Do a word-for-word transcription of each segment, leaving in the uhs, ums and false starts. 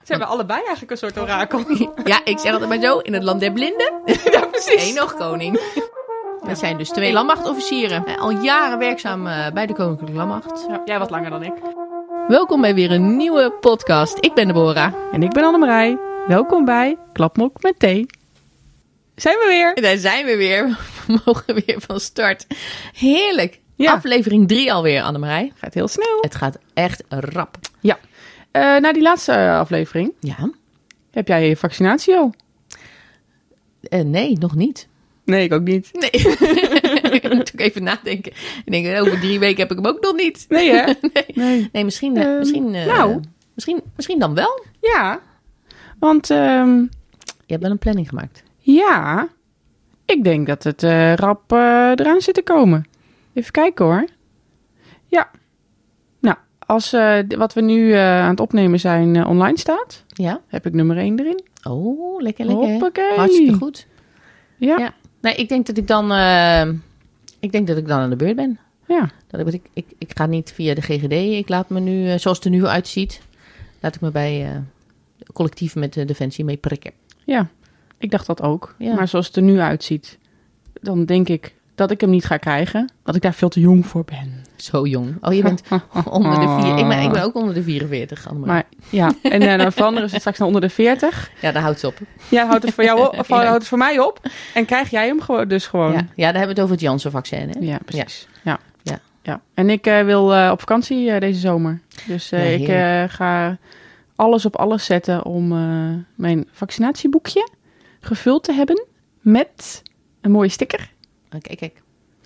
Zijn we allebei eigenlijk een soort orakel? Ja, ik zeg altijd maar zo, in het land der blinden. Ja, precies. Eén nog koning. We zijn dus twee landmachtofficieren. Al jaren werkzaam uh, bij de Koninklijke Landmacht. Ja, jij wat langer dan ik. Welkom bij weer een nieuwe podcast. Ik ben Deborah. En ik ben Annemarij. Welkom bij Klapmok met thee. Zijn we weer? En daar zijn we weer. We mogen weer van start. Heerlijk. Ja. Aflevering drie alweer, Annemarij. Gaat heel snel. Het gaat echt rap. Ja. Uh, na die laatste uh, aflevering. Ja. Heb jij je vaccinatie al? Uh, nee, nog niet. Nee, ik ook niet. Nee. Ik moet ook even nadenken. Ik denk, over drie weken heb ik hem ook nog niet. Nee, hè? nee. nee. nee, misschien, uh, misschien, uh, nou. misschien, misschien dan wel. Ja. Want, um, je hebt wel een planning gemaakt. Ja. Ik denk dat het uh, rap uh, eraan zit te komen. Even kijken hoor. Ja. Nou, als uh, wat we nu uh, aan het opnemen zijn uh, online staat, ja. heb ik nummer één erin. Oh, lekker, lekker. Hoppakee. Hartstikke goed. Ja. ja. Nee, ik denk dat ik dan, uh, ik denk dat ik dan aan de beurt ben. Ja. Dat ik, ik, ik, ik ga niet via de G G D. Ik laat me nu, uh, zoals het er nu uitziet, laat ik me bij uh, collectief met de Defensie mee prikken. Ja, ik dacht dat ook. Ja. Maar zoals het er nu uitziet, dan denk ik dat ik hem niet ga krijgen. Dat ik daar veel te jong voor ben. Zo jong. Oh, je bent onder de vier. Ik ben, ik ben ook onder de vierenveertig. Annemarie. Maar ja, en uh, dan veranderen ze straks naar onder de veertig. Ja, daar houdt ze op. Ja, houdt het voor jou op, of houdt het voor mij op. En krijg jij hem gewoon, dus gewoon. Ja, ja, daar hebben we het over het Janssen-vaccin, hè? Ja, precies. Ja. Ja. Ja. ja. En ik uh, wil uh, op vakantie uh, deze zomer. Dus uh, ja, ik uh, ga alles op alles zetten om uh, mijn vaccinatieboekje gevuld te hebben met een mooie sticker. Oké, kijk.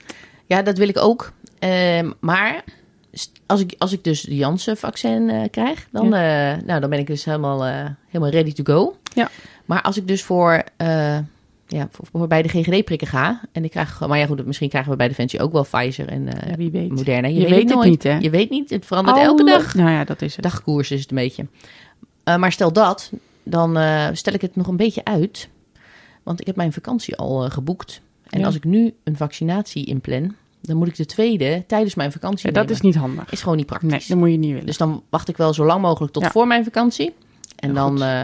Ja, dat wil ik ook. Uh, maar als ik, als ik dus de Janssen-vaccin uh, krijg, dan, ja. uh, nou, dan ben ik dus helemaal, uh, helemaal ready to go. Ja. Maar als ik dus voor, uh, ja, voor, voor bij de G G D-prikken ga, en ik krijg, maar ja goed, misschien krijgen we bij Defensie ook wel Pfizer en uh, ja, wie weet. Moderna. Je, je weet, weet het, het nooit. niet, hè? Je weet niet, het verandert Alle... elke dag. Nou ja, dat is het. Dagkoers is het een beetje. Uh, maar stel dat, dan uh, stel ik het nog een beetje uit, want ik heb mijn vakantie al uh, geboekt. En ja. als ik nu een vaccinatie inplan, dan moet ik de tweede tijdens mijn vakantie ja, nemen. Dat is niet handig. Is gewoon niet praktisch. Nee, dat moet je niet willen. Dus dan wacht ik wel zo lang mogelijk tot ja. voor mijn vakantie. En ja, dan... Uh,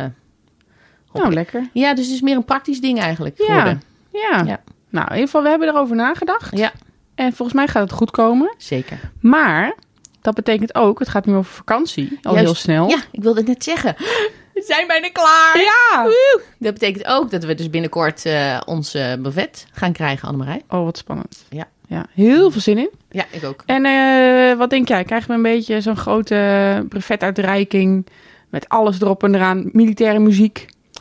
nou, lekker. Ja, dus het is meer een praktisch ding eigenlijk. Ja. Ja. ja. ja. Nou, in ieder geval, we hebben erover nagedacht. Ja. En volgens mij gaat het goed komen. Zeker. Maar, dat betekent ook, het gaat nu over vakantie. Al Juist, heel snel. Ja, ik wilde het net zeggen. We zijn bijna klaar. Ja. Woe. Dat betekent ook dat we dus binnenkort uh, ons uh, buffet gaan krijgen, Annemarij. Oh, wat spannend. Ja. Ja, heel veel zin in. Ja, ik ook. En uh, wat denk jij? Krijgen we een beetje zo'n grote buffetuitreiking met alles erop en eraan, militaire muziek?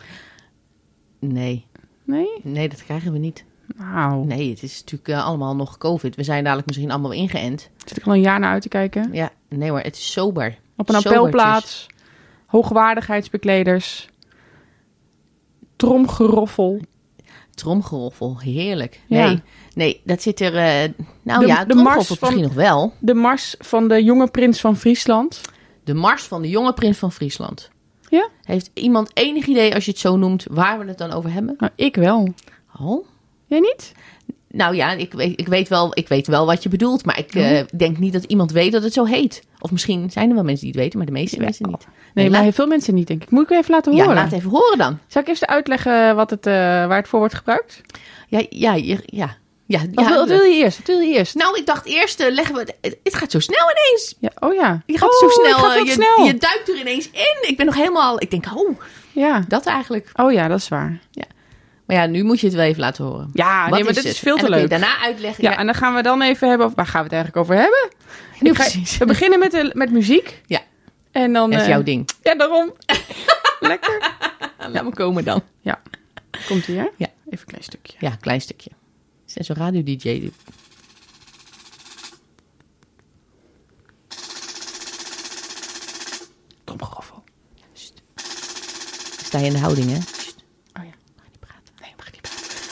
Nee. Nee? Nee, dat krijgen we niet. Nou. Nee, het is natuurlijk uh, allemaal nog COVID. We zijn dadelijk misschien allemaal ingeënt. Zit ik al een jaar naar uit te kijken? Ja, nee hoor, het is sober. Op een appelplaats, hoogwaardigheidsbekleders, tromgeroffel. Tromgeroffel, heerlijk. Ja. Nee, nee, dat zit er... Uh, nou de, ja, de mars van, misschien nog wel. De mars van de jonge prins van Friesland. De mars van de jonge prins van Friesland. Ja? Heeft iemand enig idee, als je het zo noemt, waar we het dan over hebben? Nou, ik wel. Oh? Jij niet? Nou ja, ik weet, ik weet, wel, ik weet wel wat je bedoelt, maar ik uh, denk niet dat iemand weet dat het zo heet. Of misschien zijn er wel mensen die het weten, maar de meeste ja. mensen niet. Nee, nee maar laat... veel mensen niet, denk ik. Moet ik even laten horen? Ja, laat even horen dan. Zal ik even uitleggen wat het, uh, waar het voor wordt gebruikt? Ja, ja, ja. ja. Ja, wat, ja, wil, wat wil je eerst? Wat wil je eerst? Nou, ik dacht eerst, uh, leggen we het... Het gaat zo snel ineens. Ja, oh ja. Je gaat oh, zo snel. Gaat uh, je, snel. je duikt er ineens in. Ik ben nog helemaal... Ik denk, oh, ja. dat eigenlijk. Oh ja, dat is waar. Ja. Maar ja, nu moet je het wel even laten horen. Ja, Wat nee, maar is dit het? is veel te en dan leuk. Kun je daarna uitleggen. Ja, ja, en dan gaan we dan even hebben... Waar gaan we het eigenlijk over hebben? Nu ga, precies. We beginnen met, de, met muziek. Ja. En dan... Dat is uh, jouw ding. Ja, daarom. Lekker. Laat me komen dan. Ja. Komt-ie, hè? Ja. Even een klein stukje. Ja, een klein stukje. Het is net zo'n radio-D J. Tromgeroffel. Sta je in de houding, hè? Sst. Oh ja. Mag niet praten. Nee, mag niet praten.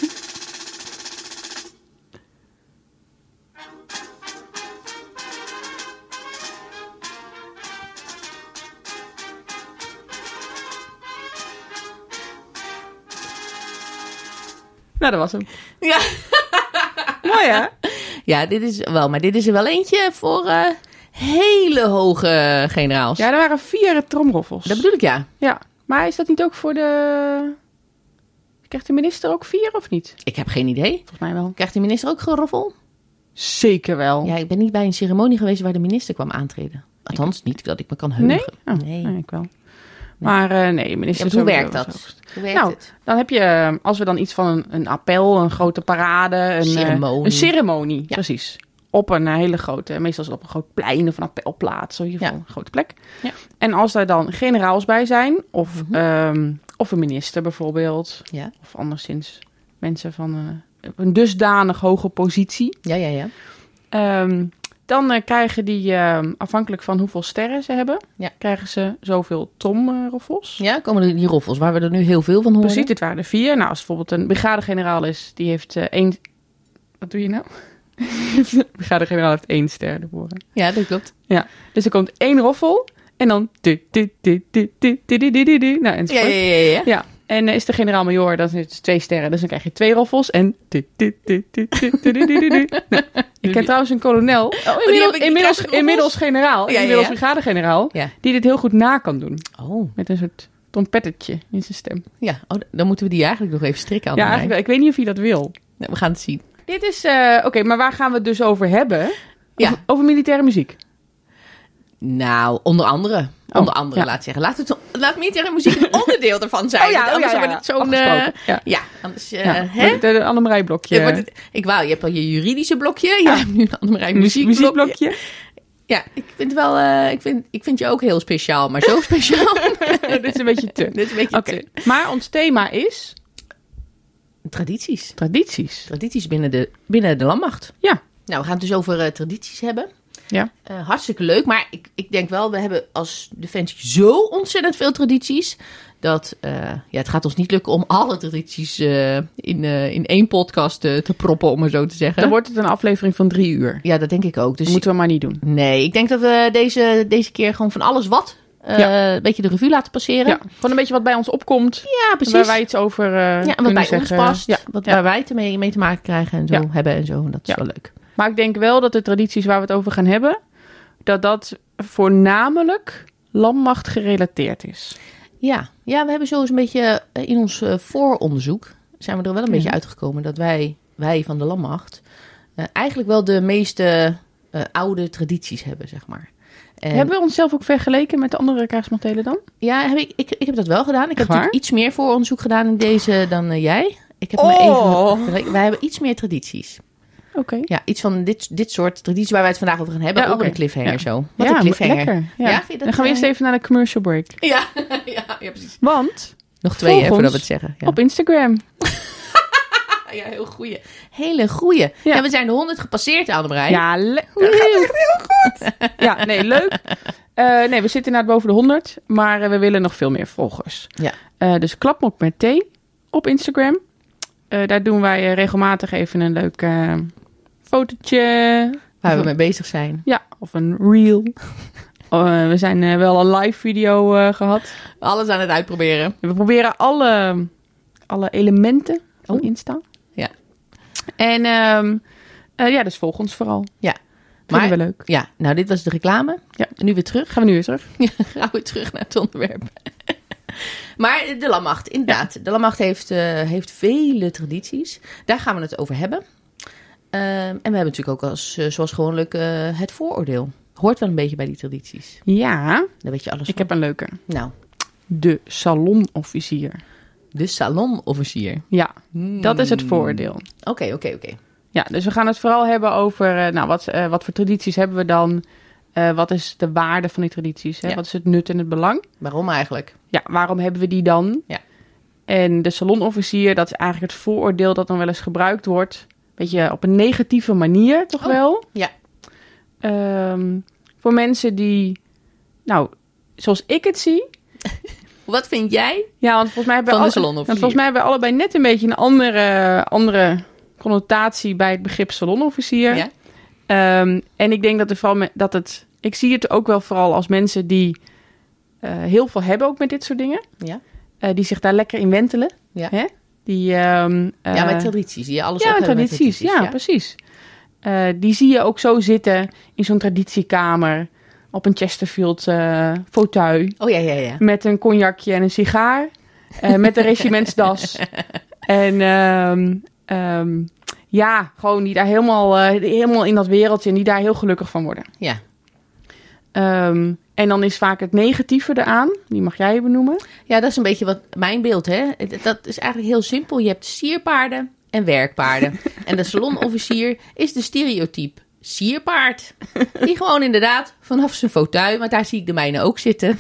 Nou, dat was hem. Ja. Mooi, hè? Ja, dit is wel, maar dit is er wel eentje voor uh, hele hoge generaals. Ja, er waren vier tromroffels. Dat bedoel ik, ja. Ja. Maar is dat niet ook voor de... Krijgt de minister ook vier of niet? Ik heb geen idee. Volgens mij wel. Krijgt de minister ook geroffel? Zeker wel. Ja, ik ben niet bij een ceremonie geweest waar de minister kwam aantreden. Althans, niet dat ik me kan heugen. Nee? Oh, nee. nee, ik wel. Nee. Maar uh, nee, minister... Ja, hoe werkt dat? Hoe werkt nou, het? Dan heb je, als we dan iets van een, een appel, een grote parade... Een ceremonie. Uh, een ceremonie, ja. Precies. Op een uh, hele grote, meestal is het op een groot plein of een appelplaats. Zo in ieder geval ja. een grote plek. Ja. En als daar dan generaals bij zijn, of, mm-hmm. um, of een minister bijvoorbeeld... Ja. Of anderszins mensen van uh, een dusdanig hoge positie... Ja, ja, ja. Um, dan uh, krijgen die, uh, afhankelijk van hoeveel sterren ze hebben... Ja. krijgen ze zoveel tromroffels. Ja, komen er die roffels, waar we er nu heel veel van horen. Precies, dit waren er vier. Nou, als bijvoorbeeld een brigadegeneraal is, die heeft uh, één... Wat doe je nou? De brigadegeneraal heeft één ster ervoor. Ja, dat klopt. Ja, dus er komt één roffel en dan... Nou, enzovoort. Ja, ja, ja, ja. Ja. En uh, is de generaal-majoor, dan is het twee sterren. Dus dan krijg je twee roffels en... Nou, je kent trouwens een kolonel. Oh, inmiddels, inmiddels, inmiddels generaal. Ja, inmiddels ja, ja. brigadegeneraal. Ja. Die dit heel goed na kan doen. Oh. Met een soort trompettetje in zijn stem. Ja, oh, dan moeten we die eigenlijk nog even strikken. Aan ja, eigenlijk, ik weet niet of hij dat wil. Nee, we gaan het zien. Dit is... Uh, Oké, okay, maar waar gaan we het dus over hebben? Ja. Over, over militaire muziek. Nou, onder andere. Onder oh, andere, ja. laat zeggen. Laat, het, laat militaire muziek een onderdeel ervan zijn. Oh ja, anders oh ja, ja. wordt het zo'n... Uh, ja. ja, anders... Uh, ja, hè? Het uh, Annemarij blokje. Ja, het, ik wou, je hebt al je juridische blokje. Je ja. hebt nu een Annemarij muziek muziekblokje. Ja, ik vind wel... Uh, ik, vind, ik vind je ook heel speciaal, maar zo speciaal. Dit is een beetje te. Dit is een beetje okay. te. Maar ons thema is... Tradities. Tradities. Tradities binnen de, binnen de landmacht. Ja. Nou, we gaan het dus over uh, tradities hebben. Ja. Uh, hartstikke leuk, maar ik, ik denk wel, we hebben als Defensie zo ontzettend veel tradities, dat uh, ja, het gaat ons niet lukken om alle tradities uh, in, uh, in één podcast uh, te proppen, om maar zo te zeggen. Dan wordt het een aflevering van drie uur. Ja, dat denk ik ook. Dus dat moeten we maar niet doen. Nee, ik denk dat we deze, deze keer gewoon van alles wat uh, ja. een beetje de revue laten passeren. Ja, gewoon een beetje wat bij ons opkomt. Ja, precies. Waar wij iets over uh, ja, en wat bij zeggen. ons past. Ja. Wat, ja. Waar wij te mee, mee te maken krijgen en zo ja. hebben en zo. Dat is ja. wel leuk. Maar ik denk wel dat de tradities waar we het over gaan hebben, dat dat voornamelijk landmacht gerelateerd is. Ja, ja, we hebben zo eens een beetje in ons uh, vooronderzoek zijn we er wel een ja. beetje uitgekomen dat wij, wij van de landmacht, uh, eigenlijk wel de meeste uh, oude tradities hebben, zeg maar. En hebben we onszelf ook vergeleken met de andere kaarsmantelen dan? Ja, heb ik, ik, ik heb dat wel gedaan. Ik heb natuurlijk iets meer vooronderzoek gedaan in deze dan uh, jij. Ik heb oh. me even, wij hebben iets meer tradities. Oké. Okay. Ja, iets van dit, dit soort tradities waar wij het vandaag over gaan hebben. Ja, ook okay. een cliffhanger ja. zo. Wat ja, een cliffhanger. Lekker. Ja. Ja, vind je dat dan gaan we eerst even naar de commercial break. Ja, ja, ja precies. Want... Nog twee even voordat we het zeggen. Ja. Op Instagram. Ja, heel goeie. Hele goeie. Ja. Ja, we zijn de honderd gepasseerd, Annemarij. Ja, le- dat gaat echt heel goed. Ja, nee, leuk. Uh, nee, we zitten naar boven de honderd, maar uh, we willen nog veel meer volgers. Ja. Uh, dus Klapmok met thee op Instagram. Uh, daar doen wij uh, regelmatig even een leuk uh, fotootje. Waar we een, mee bezig zijn. Ja, of een reel. uh, we zijn uh, wel een live video uh, gehad. Alles aan het uitproberen. We proberen alle, alle elementen van oh. Insta. Ja. En um, uh, ja, dus volg ons vooral. Ja. Vinden we leuk. Ja, nou dit was de reclame. Ja. En nu weer terug. Gaan we nu weer terug? Ja, gaan we weer terug naar het onderwerp. Maar de landmacht, inderdaad. Ja. De landmacht heeft, uh, heeft vele tradities. Daar gaan we het over hebben. Uh, en we hebben natuurlijk ook als, uh, zoals gewoonlijk uh, het vooroordeel. Hoort wel een beetje bij die tradities. Ja. Daar weet je alles Ik van. heb een leuke. Nou. De salonofficier. De salonofficier. Ja, hmm. dat is het vooroordeel. Oké, okay, oké, okay, oké. Okay. Ja, dus we gaan het vooral hebben over, uh, nou, wat, uh, wat voor tradities hebben we dan? Uh, wat is de waarde van die tradities? Hè? Ja. Wat is het nut en het belang? Waarom eigenlijk? Ja, waarom hebben we die dan? Ja. En de salonofficier, dat is eigenlijk het vooroordeel dat dan wel eens gebruikt wordt. Beetje op een negatieve manier, toch oh, wel? Ja. Um, voor mensen die, nou, zoals ik het zie. Wat vind jij ja, want volgens mij hebben van we de salonofficier? Want volgens mij hebben we allebei net een beetje een andere, andere connotatie bij het begrip salonofficier. Ja. Um, en ik denk dat er vooral met, dat het, ik zie het ook wel vooral als mensen die uh, heel veel hebben ook met dit soort dingen. Ja. Uh, die zich daar lekker in wentelen. Ja. Hè? Die, um, uh, ja, met tradities. Die alles ja, op met tradities. Met tradities. Ja, ja, precies. Uh, die zie je ook zo zitten in zo'n traditiekamer. op een Chesterfield uh, fauteuil. Oh ja, ja, ja. Met een cognacje en een sigaar. Uh, met een regimentsdas. En um, um, ja, gewoon die daar helemaal, uh, helemaal in dat wereldje en die daar heel gelukkig van worden. Ja. Um, en dan is vaak het negatieve eraan. Die mag jij benoemen. Ja, dat is een beetje wat mijn beeld, hè. Dat is eigenlijk heel simpel. Je hebt sierpaarden en werkpaarden. En de salonofficier is de stereotype sierpaard. Die gewoon inderdaad vanaf zijn fauteuil, want daar zie ik de mijne ook zitten.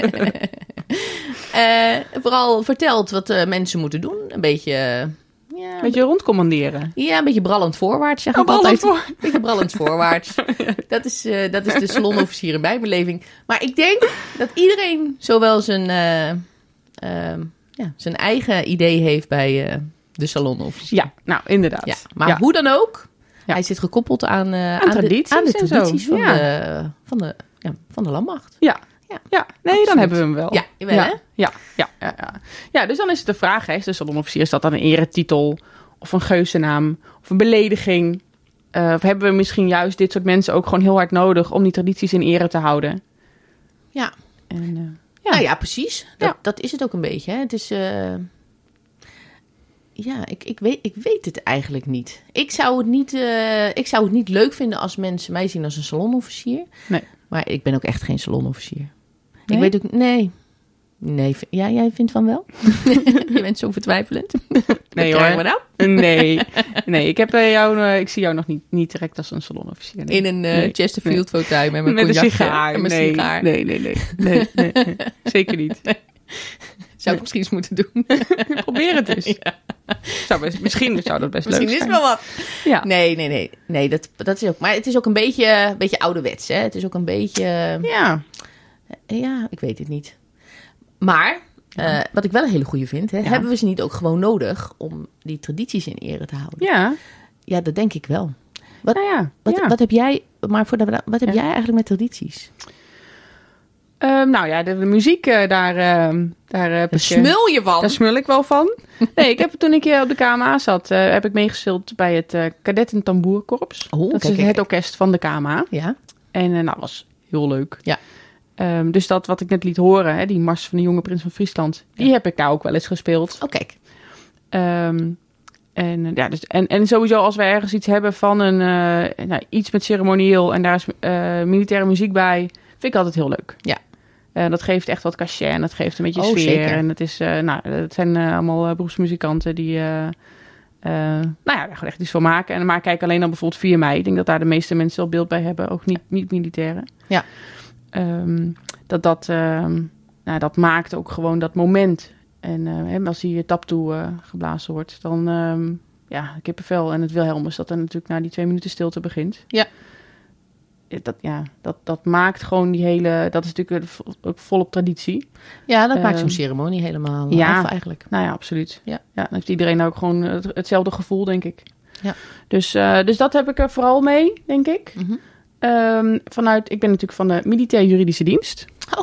uh, vooral vertelt wat uh, mensen moeten doen. Een beetje... Uh, Ja, een beetje rondcommanderen. Ja, een beetje brallend voorwaarts, zeg ik oh, altijd. Voor... Een beetje brallend voorwaarts. dat, is, uh, dat is de salonofficier in mijn beleving. Maar ik denk dat iedereen zowel zijn, uh, uh, ja, zijn eigen idee heeft bij uh, de salonofficier. Ja, nou inderdaad. Ja, maar ja. hoe dan ook, ja. hij zit gekoppeld aan, uh, aan, aan, tradities, de, aan de tradities van, ja. de, van, de, ja, van de landmacht. Ja. Ja, ja. nee, absoluut. Dan hebben we hem wel. Ja, jawel, ja. hè? Ja, ja, ja, ja. ja, dus dan is het de vraag, hè, is de salonofficier, is dat dan een eretitel of een geuzennaam of een belediging? Uh, of hebben we misschien juist dit soort mensen ook gewoon heel hard nodig om die tradities in ere te houden? Ja. En, uh, ja. Nou ja, precies. Dat, ja. dat is het ook een beetje. Hè? Het is... Uh... Ja, ik, ik, weet, ik weet het eigenlijk niet. Ik zou het niet, uh, ik zou het niet leuk vinden als mensen mij zien als een salonofficier. Nee. Maar ik ben ook echt geen salonofficier. Nee? Ik weet ook... Nee. Nee. Ja, jij vindt van wel? Je bent zo vertwijfelend. Nee Wat hoor. we nou? Nee. Nee, ik, heb, uh, jou, uh, ik zie jou nog niet, niet direct als een salonofficier. Nee. In een uh, nee. Chesterfield nee. fauteuil met mijn met een sigaar. En mijn nee. sigaar. Nee, nee, nee. nee, nee, nee. Zeker niet. Nee. Zou ik misschien eens moeten doen. Probeer het eens. Ja. Zou best, misschien zou dat best misschien leuk zijn. Misschien is het wel wat. Ja. Nee, nee, nee. nee dat, dat is ook, maar het is ook een beetje, een beetje ouderwets. Hè? Het is ook een beetje... Ja. Ja, ik weet het niet. Maar, uh, wat ik wel een hele goede vind... Hè, ja. hebben we ze niet ook gewoon nodig om die tradities in ere te houden? Ja. Ja, dat denk ik wel. Wat, nou ja, wat, ja. wat heb jij... Maar voor de, wat heb ja. jij eigenlijk met tradities? Um, nou ja, de, de muziek, uh, daar... Uh, daar, uh, daar smul je van? Daar smul ik wel van. Nee, ik heb toen ik hier op de K M A zat... Uh, heb ik meegespeeld bij het uh, Kadetten Tamboerkorps. Oh, dat kijk, is kijk. het orkest van de K M A. Ja. En uh, nou, was heel leuk. Ja. Um, dus dat wat ik net liet horen, hè, die Mars van de Jonge Prins van Friesland... die ja. heb ik daar ook wel eens gespeeld. Oh, kijk. Um, en, ja, dus, en, en sowieso als we ergens iets hebben van een, uh, nou, iets met ceremonieel... en daar is uh, militaire muziek bij, vind ik altijd heel leuk. Ja. Uh, dat geeft echt wat cachet en dat geeft een beetje oh, sfeer. Zeker. En het is, uh, nou, het zijn uh, allemaal uh, beroepsmuzikanten die, uh, uh, nou ja, daar gewoon echt iets van maken. En maar kijk alleen dan bijvoorbeeld vier mei. Ik denk dat daar de meeste mensen wel beeld bij hebben, ook niet, niet militairen. Ja. Um, dat dat, um, nou, dat maakt ook gewoon dat moment. En uh, als die taptoe uh, geblazen wordt, dan um, ja, kippenvel en het Wilhelmus dat er natuurlijk na die twee minuten stilte begint. Ja. Dat, ja, dat, dat maakt gewoon die hele... Dat is natuurlijk ook volop traditie. Ja, dat uh, maakt zo'n um, ceremonie helemaal ja, af eigenlijk. Nou ja, absoluut. Ja. Ja, dan heeft iedereen ook gewoon het, hetzelfde gevoel, denk ik. Ja. Dus, uh, dus dat heb ik er vooral mee, denk ik. Mm-hmm. Um, vanuit, ik ben natuurlijk van de militair juridische dienst. Oh.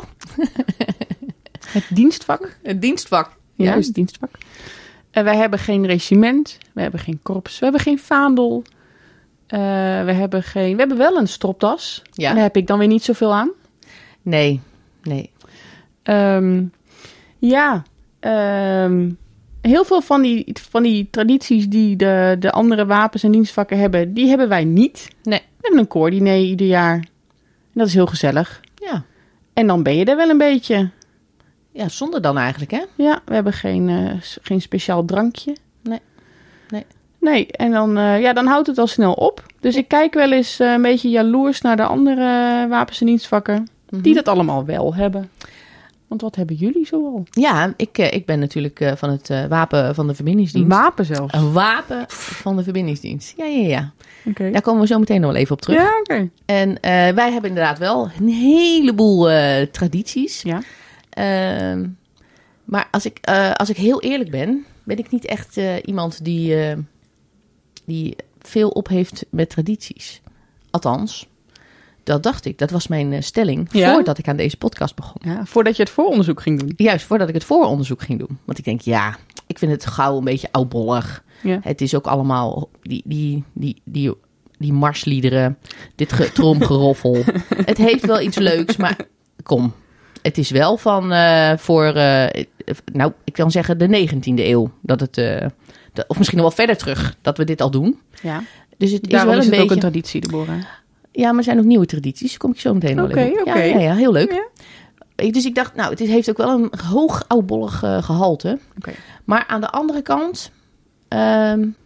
Het dienstvak. Het dienstvak. Ja, juist, het dienstvak. Uh, wij hebben geen regiment. We hebben geen korps. We hebben geen vaandel. Uh, we hebben geen... We hebben wel een stropdas. Ja. En daar heb ik dan weer niet zoveel aan. Nee, nee. Um, ja. Um, heel veel van die, van die tradities die de, de andere wapens en dienstvakken hebben, die hebben wij niet. Nee. We hebben een koordinator ieder jaar. En dat is heel gezellig. Ja. En dan ben je er wel een beetje. Ja, zonder dan eigenlijk, hè? Ja, we hebben geen, uh, geen speciaal drankje. Nee. Nee. Nee, en dan, uh, ja, dan houdt het al snel op. Dus ja. Ik kijk wel eens uh, een beetje jaloers naar de andere uh, wapens en dienstvakken. Mm-hmm. Die dat allemaal wel hebben. Want wat hebben jullie zoal? Ja, ik, uh, ik ben natuurlijk uh, van het uh, wapen van de verbindingsdienst. Een wapen zelfs? Een wapen van de verbindingsdienst. Ja, ja, ja. Okay. Daar komen we zo meteen nog wel even op terug. Ja, oké. Okay. En uh, wij hebben inderdaad wel een heleboel uh, tradities. Ja. Uh, maar als ik, uh, als ik heel eerlijk ben, ben ik niet echt uh, iemand die, uh, die veel op heeft met tradities. Althans, dat dacht ik. Dat was mijn uh, stelling ja? voordat ik aan deze podcast begon. Ja, voordat je het vooronderzoek ging doen. Juist, voordat ik het vooronderzoek ging doen. Want ik denk, ja, ik vind het gauw een beetje oudbollig. Ja. Het is ook allemaal die, die, die, die die marsliederen, dit ge- tromgeroffel. Het heeft wel iets leuks, maar kom. Het is wel van uh, voor, uh, nou, ik kan zeggen de negentiende eeuw. Dat het, uh, de, of misschien nog wel verder terug, dat we dit al doen. Ja. Dus het Daarom is wel is een het beetje... ook een traditie, Deborah. Ja, maar er zijn ook nieuwe tradities. Daar kom ik zo meteen wel Oké, even op. oké. Ja, ja, ja, heel leuk. Ja. Dus ik dacht, nou, het heeft ook wel een hoog oudbollig uh, gehalte. Okay. Maar aan de andere kant, um,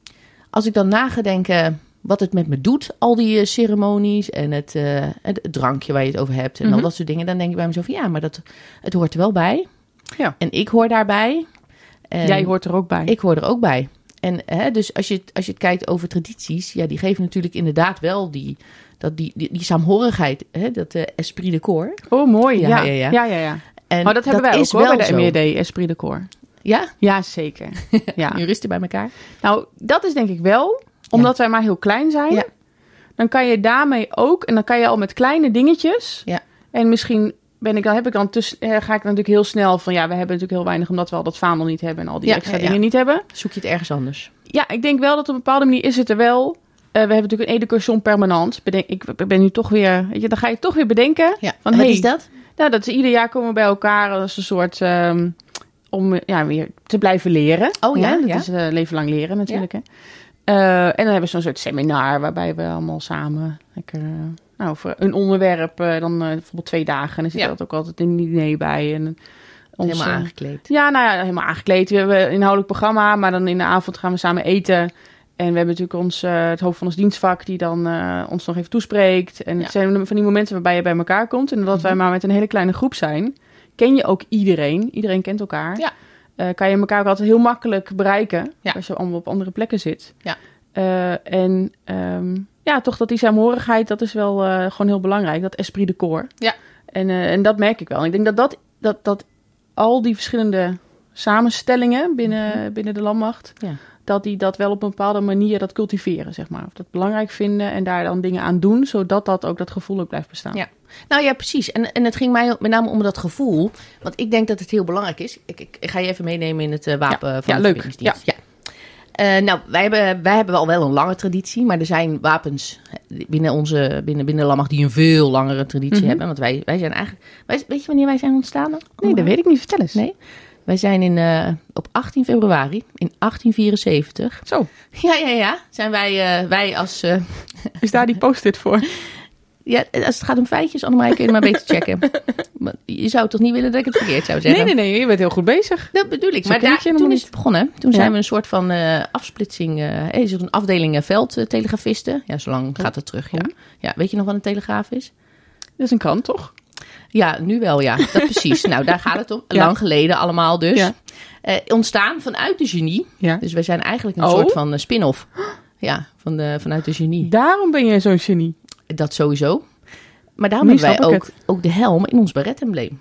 als ik dan na ga denken wat het met me doet, al die uh, ceremonies en het, uh, het drankje waar je het over hebt en mm-hmm. al dat soort dingen, dan denk ik bij mezelf, ja, maar dat, het hoort er wel bij. Ja. En ik hoor daarbij. En jij hoort er ook bij. Ik hoor er ook bij. En hè, dus als je, als je het kijkt over tradities, ja, die geven natuurlijk inderdaad wel die, dat die, die, die saamhorigheid, hè, dat uh, esprit de corps. Oh, mooi. Ja, ja, ja. ja. ja, ja, ja. En maar dat hebben dat wij ook hoor, bij de M I D, esprit de corps. Ja? Ja, zeker. Ja. Juristen bij elkaar. Nou, dat is denk ik wel, omdat ja. wij maar heel klein zijn. Ja. Dan kan je daarmee ook, en dan kan je al met kleine dingetjes. Ja. En misschien ben ik dan, heb ik dan tussen, ga ik dan natuurlijk heel snel van, ja, we hebben natuurlijk heel weinig, omdat we al dat vaandel niet hebben en al die ja, extra ja, dingen ja. niet hebben. Zoek je het ergens anders? Ja, ik denk wel dat op een bepaalde manier is het er wel. Uh, we hebben natuurlijk een education permanent. Bedenk, ik ben nu toch weer, weet je, dan ga je toch weer bedenken. Ja. Van, en wat hey, is dat? Nou, dat is ieder jaar komen we bij elkaar als een soort, um, om ja, weer te blijven leren. Oh ja, ja dat ja. is uh, leven lang leren natuurlijk. Ja. Hè? Uh, en dan hebben we zo'n soort seminar waarbij we allemaal samen lekker, uh, nou, voor een onderwerp, uh, dan uh, bijvoorbeeld twee dagen. En dan zit ja. dat ook altijd een diner bij. En ons, helemaal aangekleed. Ja, nou ja, helemaal aangekleed. We hebben een inhoudelijk programma, maar dan in de avond gaan we samen eten. En we hebben natuurlijk ons, uh, het hoofd van ons dienstvak die dan uh, ons nog even toespreekt. En ja. het zijn van die momenten waarbij je bij elkaar komt. En omdat mm-hmm. wij maar met een hele kleine groep zijn, ken je ook iedereen. Iedereen kent elkaar. Ja. Uh, kan je elkaar ook altijd heel makkelijk bereiken. Ja. Als je allemaal op andere plekken zit. Ja. Uh, en um, ja, toch dat die saamhorigheid, dat is wel uh, gewoon heel belangrijk. Dat esprit de corps. Ja. En, uh, en dat merk ik wel. En ik denk dat, dat, dat, dat al die verschillende samenstellingen binnen, mm-hmm. binnen de landmacht, ja. dat die dat wel op een bepaalde manier dat cultiveren, zeg maar. Of dat belangrijk vinden en daar dan dingen aan doen, zodat dat ook dat gevoel ook blijft bestaan. Ja. Nou ja, precies. En, en het ging mij met name om dat gevoel. Want ik denk dat het heel belangrijk is. Ik, ik, ik ga je even meenemen in het uh, wapen ja. van ja, de leuk. verbindingsdienst. Ja. Ja. Uh, nou, wij hebben, wij hebben al wel een lange traditie. Maar er zijn wapens binnen onze binnen, binnen de landmacht die een veel langere traditie mm-hmm. hebben. Want wij, wij zijn eigenlijk... Wij, weet je wanneer wij zijn ontstaan? Dan? Nee, dat weet ik niet. Vertel eens. Nee. Wij zijn in, uh, op achttien februari in achttien vierenzeventig. Zo. Ja, ja, ja. Zijn wij, uh, wij als... Uh, Is daar die post-it voor? Ja, als het gaat om feitjes, Annemarie, kun je maar beter checken. Maar je zou toch niet willen dat ik het verkeerd zou zeggen? Nee, nee, nee. Je bent heel goed bezig. Dat bedoel ik. Zo maar daar, toen niet. Is het begonnen. Toen ja. zijn we een soort van uh, afsplitsing... Uh, is er een afdeling uh, veldtelegrafisten. Ja, zo lang oh. gaat het terug. Ja. Oh. Ja, weet je nog wat een telegraaf is? Dat is een krant, toch? Ja, nu wel, ja. Dat precies. Nou, daar gaat het om. Ja. Lang geleden allemaal dus. Ja. Uh, ontstaan vanuit de genie. Ja. Dus wij zijn eigenlijk een oh. soort van uh, spin-off. Ja, van de, vanuit de genie. Daarom ben jij zo'n genie. Dat sowieso. Maar daarom nu hebben wij ook, ook de helm in ons baretembleem.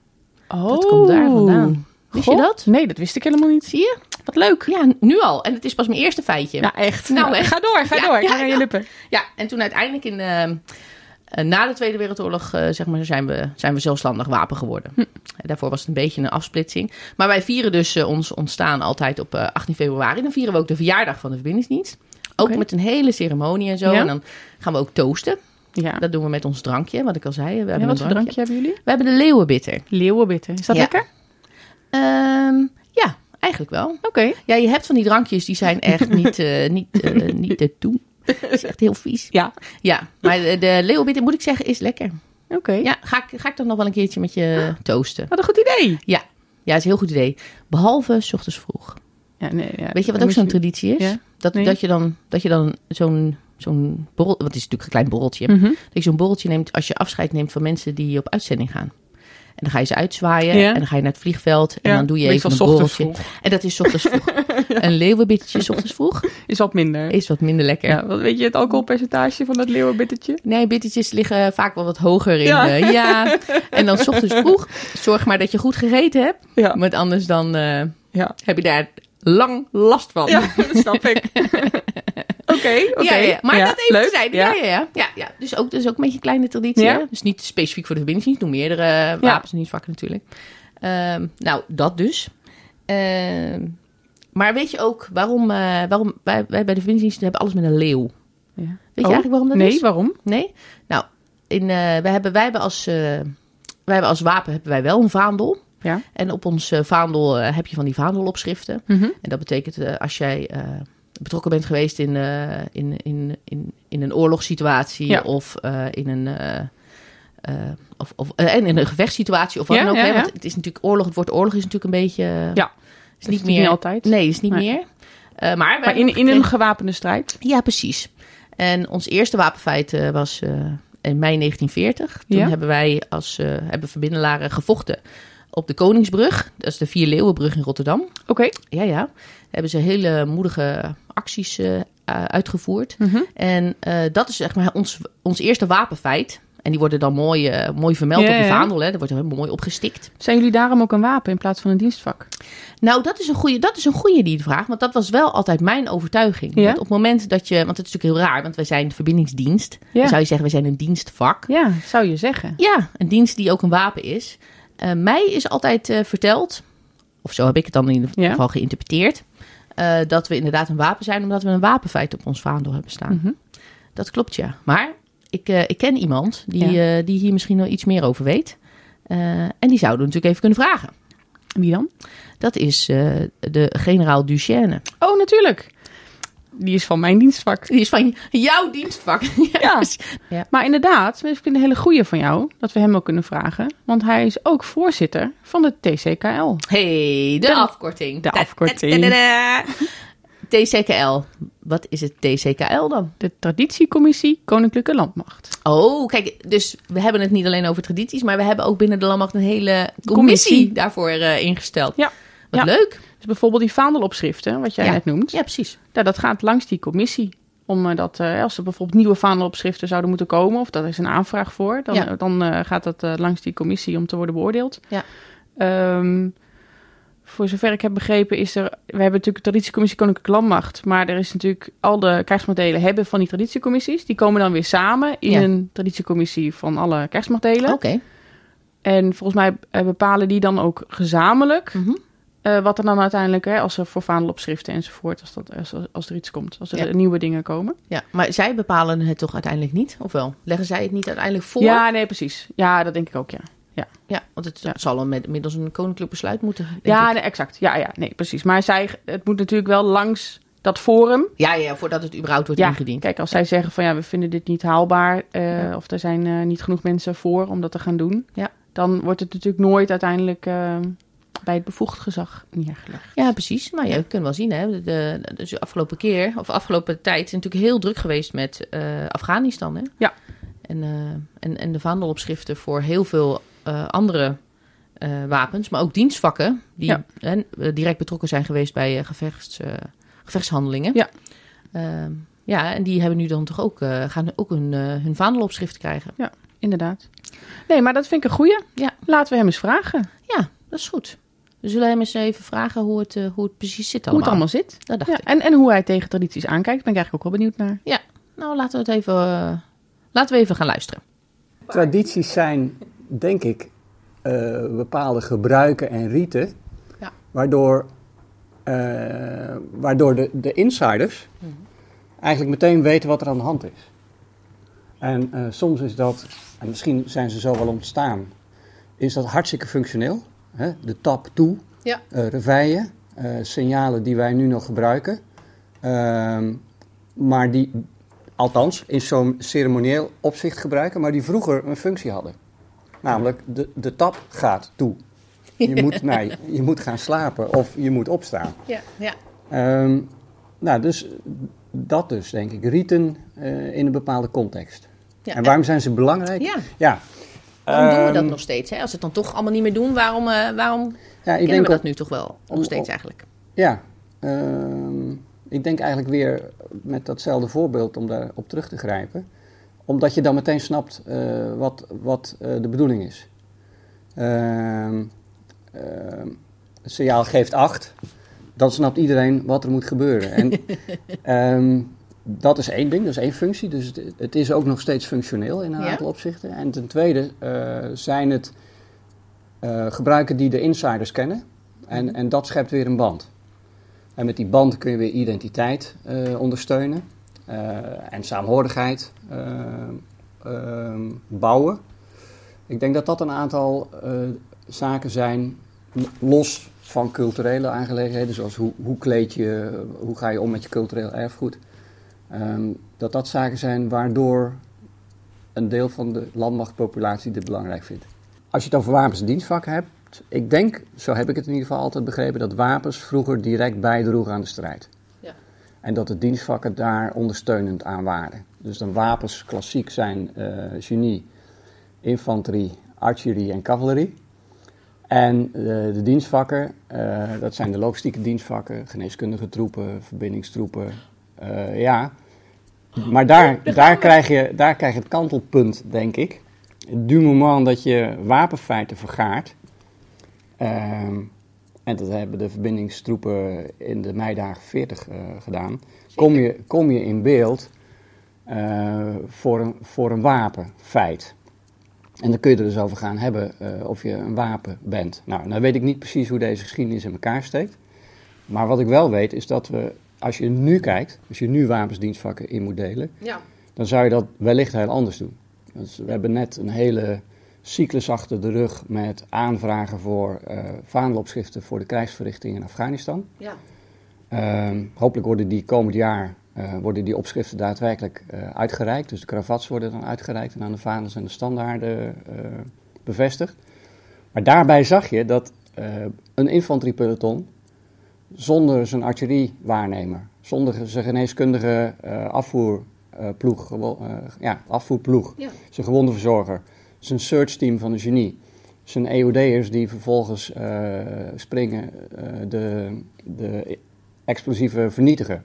Oh. Dat komt daar vandaan. Wist God? je dat? Nee, dat wist ik helemaal niet. Zie je? Wat leuk. Ja, nu al. En het is pas mijn eerste feitje. Ja, echt. Nou, echt. Ga door, ga ja, door. Ja, ga naar ja. je lippen. Ja, en toen uiteindelijk in... Uh, Uh, na de Tweede Wereldoorlog uh, zeg maar, zijn, we, zijn we zelfstandig wapen geworden. Hm. Daarvoor was het een beetje een afsplitsing. Maar wij vieren dus uh, ons ontstaan altijd op uh, achttien februari. Dan vieren we ook de verjaardag van de verbindingsdienst. Ook okay. met een hele ceremonie en zo. Ja. En dan gaan we ook toasten. Ja. Dat doen we met ons drankje, wat ik al zei. We ja, wat voor drankje hebben jullie? We hebben de leeuwenbitter. Leeuwenbitter. Is dat ja. lekker? Um, ja, eigenlijk wel. Oké. Okay. Ja, je hebt van die drankjes, die zijn echt niet, uh, niet, uh, niet te doen. Dat is echt heel vies. Ja. Ja, maar de, de leeuwenbitter, moet ik zeggen, is lekker. Oké. Okay. Ja, ga ik, ga ik dan nog wel een keertje met je toosten. Wat een goed idee. Ja, ja, is een heel goed idee. Behalve 's ochtends vroeg. Ja, nee, ja. Weet je wat ook zo'n je... traditie is? Ja? Dat, nee. dat je dan, dat je dan zo'n, zo'n borrel... Want het is natuurlijk een klein borreltje. Mm-hmm. Dat je zo'n borreltje neemt als je afscheid neemt van mensen die op uitzending gaan. En dan ga je ze uitzwaaien. Ja. En dan ga je naar het vliegveld. En ja. dan doe je even een borreltje. Vroeg. En dat is 's ochtends vroeg. Ja. Een leeuwenbittertje 's ochtends vroeg. Is wat minder. Is wat minder lekker. Ja, wat weet je het alcoholpercentage van dat leeuwenbittertje? Nee, bittertjes liggen vaak wel wat hoger in. Ja. Uh, ja. En dan 's ochtends vroeg. Zorg maar dat je goed gegeten hebt. Ja. Want anders dan uh, ja. heb je daar lang last van. Ja, dat snap ik. Oké, okay, oké. Okay. Ja, ja. Maar ja, dat even te zijn. Ja. Ja, ja, ja, ja. Dus ook, dus ook een beetje een kleine traditie. Ja. Dus niet specifiek voor de verbindingsdienst. Doen meerdere uh, wapens en dienstvakken natuurlijk. Um, nou, dat dus. Um, maar weet je ook waarom, uh, waarom wij, wij bij de verbindingsdienst hebben alles met een leeuw? Ja. Weet je oh, eigenlijk waarom dat nee, is? Nee, waarom? Nee? Nou, in, uh, wij, hebben, wij, hebben als, uh, wij hebben als wapen hebben wij wel een vaandel. Ja. En op ons uh, vaandel uh, heb je van die vaandelopschriften. Mm-hmm. En dat betekent uh, als jij uh, betrokken bent geweest in, uh, in, in, in, in een oorlogssituatie ja. of uh, in een... Uh, Uh, of, of uh, in een gevechtssituatie of wat ja, dan ook. Ja, hè? Want ja. het is natuurlijk oorlog. Het woord oorlog is natuurlijk een beetje. Uh, ja, is niet meer. Niet altijd. Nee, is niet nee. meer. Uh, maar maar in, in een gewapende strijd. Ja, precies. En ons eerste wapenfeit uh, was uh, in mei negentien veertig. Toen ja. hebben wij als uh, hebben Verbindelaren gevochten op de Koningsbrug. Dat is de Vier Leeuwenbrug in Rotterdam. Oké. Okay. Ja, ja. Daar hebben ze hele moedige acties uh, uitgevoerd. Mm-hmm. En uh, dat is zeg maar ons, ons eerste wapenfeit. En die worden dan mooi, uh, mooi vermeld ja, op die vaandel. Hè? Dat wordt helemaal mooi opgestikt. Zijn jullie daarom ook een wapen in plaats van een dienstvak? Nou, dat is een goede, dat is een goede die vraag. Want dat was wel altijd mijn overtuiging. Ja? Want op het moment dat je... Want het is natuurlijk heel raar, want wij zijn de verbindingsdienst. Ja. Dan zou je zeggen, wij zijn een dienstvak. Ja, zou je zeggen. Ja, een dienst die ook een wapen is. Uh, mij is altijd uh, verteld, of zo heb ik het dan in ieder geval ja. geïnterpreteerd... Uh, dat we inderdaad een wapen zijn, omdat we een wapenfeit op ons vaandel hebben staan. Mm-hmm. Dat klopt, ja. Maar... Ik, uh, ik ken iemand die, ja. uh, die hier misschien nog iets meer over weet. Uh, en die zouden we natuurlijk even kunnen vragen. Wie dan? Dat is uh, de generaal Duchesne. Oh, natuurlijk. Die is van mijn dienstvak. Die is van jouw dienstvak. ja. ja. Maar inderdaad, ik vind een hele goeie van jou dat we hem ook kunnen vragen. Want hij is ook voorzitter van de T C K L. Hey, de, de afkorting. De afkorting. T C K L. Wat is het T C K L dan? De Traditiecommissie Koninklijke Landmacht. Oh, kijk, dus we hebben het niet alleen over tradities, maar we hebben ook binnen de Landmacht een hele commissie, commissie. daarvoor uh, ingesteld. Ja. Wat ja. leuk. Dus bijvoorbeeld die vaandelopschriften, wat jij ja. net noemt. Ja, precies. Ja, dat gaat langs die commissie. Omdat uh, als er bijvoorbeeld nieuwe vaandelopschriften zouden moeten komen, of daar is een aanvraag voor, dan, ja. dan uh, gaat dat uh, langs die commissie om te worden beoordeeld. Ja. Um, Voor zover ik heb begrepen is er... We hebben natuurlijk de Traditiecommissie Koninklijke Landmacht. Maar er is natuurlijk... Al de krijgsmachtdelen hebben van die traditiecommissies. Die komen dan weer samen in ja. een traditiecommissie van alle krijgsmachtdelen. Oké. Okay. En volgens mij bepalen die dan ook gezamenlijk... Mm-hmm. Uh, wat er dan uiteindelijk... Hè, als er voor vaandelopschriften enzovoort... Als, dat, als, als er iets komt. Als er ja. nieuwe dingen komen. Ja, maar zij bepalen het toch uiteindelijk niet? Of wel? Leggen zij het niet uiteindelijk voor? Ja, nee, precies. Ja, dat denk ik ook, ja. Ja, ja, want het ja. zal met, middels een koninklijk besluit moeten. Denk ja, nee, exact. Ja, ja, nee, precies. Maar zij, het moet natuurlijk wel langs dat forum. Ja, ja, voordat het überhaupt wordt ja, ingediend. Kijk, als zij zeggen van ja, we vinden dit niet haalbaar, uh, ja. of er zijn uh, niet genoeg mensen voor om dat te gaan doen, ja. dan wordt het natuurlijk nooit uiteindelijk uh, bij het bevoegd gezag neergelegd. Ja, precies. Maar ja, we kunnen wel zien, hè, de, de, de afgelopen keer of afgelopen tijd is natuurlijk heel druk geweest met uh, Afghanistan, hè? Ja. En, uh, en, en de vaandelopschriften voor heel veel Uh, andere uh, wapens, maar ook dienstvakken die ja. uh, direct betrokken zijn geweest bij uh, gevechts, uh, gevechtshandelingen. Ja. Uh, ja, en die hebben nu dan toch ook, uh, gaan ook hun, uh, hun vaandelopschrift krijgen. Ja, inderdaad. Nee, maar dat vind ik een goeie. Ja. Laten we hem eens vragen. Ja, dat is goed. We zullen hem eens even vragen hoe het, uh, hoe het precies zit allemaal. Hoe het allemaal zit. Dat dacht ja. ik. En, en hoe hij tegen tradities aankijkt, ben ik eigenlijk ook wel benieuwd naar. Ja, nou laten we het even, uh, laten we even gaan luisteren. Tradities zijn, denk ik, uh, bepaalde gebruiken en riten, ja. waardoor, uh, waardoor de, de insiders mm-hmm. eigenlijk meteen weten wat er aan de hand is. En uh, soms is dat, en misschien zijn ze zo wel ontstaan, is dat hartstikke functioneel. Hè? De tap toe, ja. uh, reveille, uh, signalen die wij nu nog gebruiken. Uh, maar die, althans, in zo'n ceremonieel opzicht gebruiken, maar die vroeger een functie hadden. Namelijk, de, de tap gaat toe. Je moet, nee, je moet gaan slapen of je moet opstaan. Ja, ja. Um, nou, dus dat dus, denk ik. Riten uh, in een bepaalde context. Ja, en waarom zijn ze belangrijk? Ja. ja. Waarom um, doen we dat nog steeds? Hè? Als we het dan toch allemaal niet meer doen, waarom, uh, waarom ja, ik kennen denk we dat op, nu toch wel nog op, steeds op, eigenlijk? Ja. Um, ik denk eigenlijk weer met datzelfde voorbeeld om daarop terug te grijpen. Omdat je dan meteen snapt uh, wat, wat uh, de bedoeling is. Uh, uh, het signaal geeft acht. Dan snapt iedereen wat er moet gebeuren. En um, dat is één ding, dat is één functie. Dus het, het is ook nog steeds functioneel in een ja. aantal opzichten. En ten tweede uh, zijn het uh, gebruiken die de insiders kennen. En, en dat schept weer een band. En met die band kun je weer identiteit uh, ondersteunen. uh, en saamhorigheid uh, uh, bouwen. Ik denk dat dat een aantal uh, zaken zijn, los van culturele aangelegenheden, zoals hoe, hoe kleed je, hoe ga je om met je cultureel erfgoed. Um, dat dat zaken zijn waardoor een deel van de landmachtpopulatie dit belangrijk vindt. Als je het over wapens en dienstvakken hebt, ik denk, zo heb ik het in ieder geval altijd begrepen, dat wapens vroeger direct bijdroegen aan de strijd. Ja. En dat de dienstvakken daar ondersteunend aan waren. Dus dan wapens klassiek zijn uh, genie, infanterie, archerie en cavalerie. En uh, de dienstvakken, uh, dat zijn de logistieke dienstvakken, geneeskundige troepen, verbindingstroepen, uh, ja. Maar daar, daar, krijg je, daar krijg je het kantelpunt, denk ik. Du moment dat je wapenfeiten vergaart, uh, en dat hebben de verbindingstroepen in de meidagen veertig uh, gedaan, kom je, kom je in beeld uh, voor, een, voor een wapenfeit. En dan kun je er dus over gaan hebben uh, of je een wapen bent. Nou, nou weet ik niet precies hoe deze geschiedenis in elkaar steekt. Maar wat ik wel weet is dat we, als je nu kijkt, als je nu wapensdienstvakken in moet delen, ja. dan zou je dat wellicht heel anders doen. Dus we hebben net een hele cyclus achter de rug met aanvragen voor uh, vaandelopschriften voor de krijgsverrichting in Afghanistan. Ja. Uh, hopelijk worden die komend jaar uh, worden die opschriften daadwerkelijk uh, uitgereikt. Dus de cravats worden dan uitgereikt en aan de vaandels en de standaarden uh, bevestigd. Maar daarbij zag je dat uh, een infanteriepeloton zonder zijn artilleriewaarnemer, zonder zijn geneeskundige uh, afvoerploeg, gewo- uh, ja, afvoerploeg, ja. zijn gewondenverzorger, zijn searchteam van de genie, zijn E O D'ers die vervolgens uh, springen, uh, de, de explosieven vernietigen.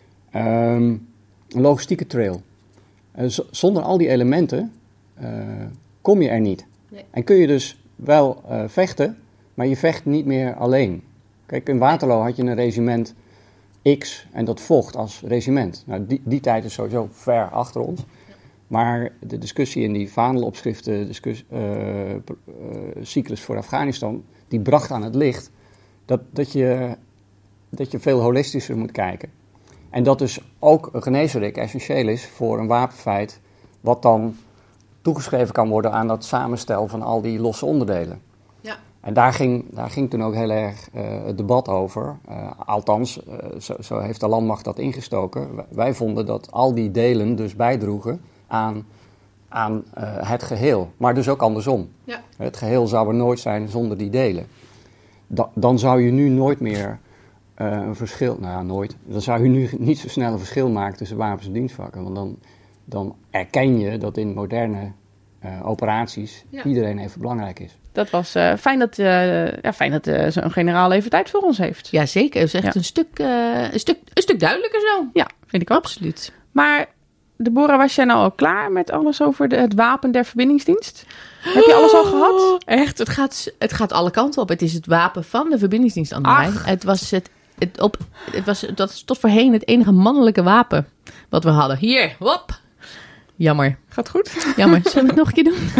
Um, een logistieke trail. Uh, z- zonder al die elementen uh, kom je er niet. Nee. En kun je dus wel uh, vechten, maar je vecht niet meer alleen. Kijk, in Waterloo had je een regiment X en dat vocht als regiment. Nou, die, die tijd is sowieso ver achter ons. Maar de discussie in die vaandelopschriften, discuss, uh, uh, cyclus voor Afghanistan, die bracht aan het licht dat, dat, je, dat je veel holistischer moet kijken. En dat dus ook een geneesrik essentieel is voor een wapenfeit, wat dan toegeschreven kan worden aan dat samenstel van al die losse onderdelen. Ja. En daar ging, daar ging toen ook heel erg uh, het debat over. Uh, althans, uh, zo, zo heeft de landmacht dat ingestoken. Wij, wij vonden dat al die delen dus bijdroegen aan, aan uh, het geheel. Maar dus ook andersom. Ja. Het geheel zou er nooit zijn zonder die delen. Da, dan zou je nu nooit meer uh, een verschil... Nou ja, nooit. Dan zou je nu niet zo snel een verschil maken tussen wapens en dienstvakken. Want dan, dan erken je dat in moderne uh, operaties ja. iedereen even belangrijk is. Dat was uh, fijn dat, uh, ja, fijn dat uh, zo'n generaal even tijd voor ons heeft. Ja, zeker. Het is echt ja. een, stuk, uh, een, stuk, een stuk duidelijker zo. Ja, vind ik ook. Absoluut. Maar Deborah, was jij nou al klaar met alles over de, het wapen der verbindingsdienst? Heb je alles al gehad? Echt, het gaat, het gaat alle kanten op. Het is het wapen van de verbindingsdienst aan mij. Het was het, het, op, het was dat is tot voorheen het enige mannelijke wapen wat we hadden. Hier, hop. Jammer. Gaat goed? Jammer. Zullen we het nog een keer doen?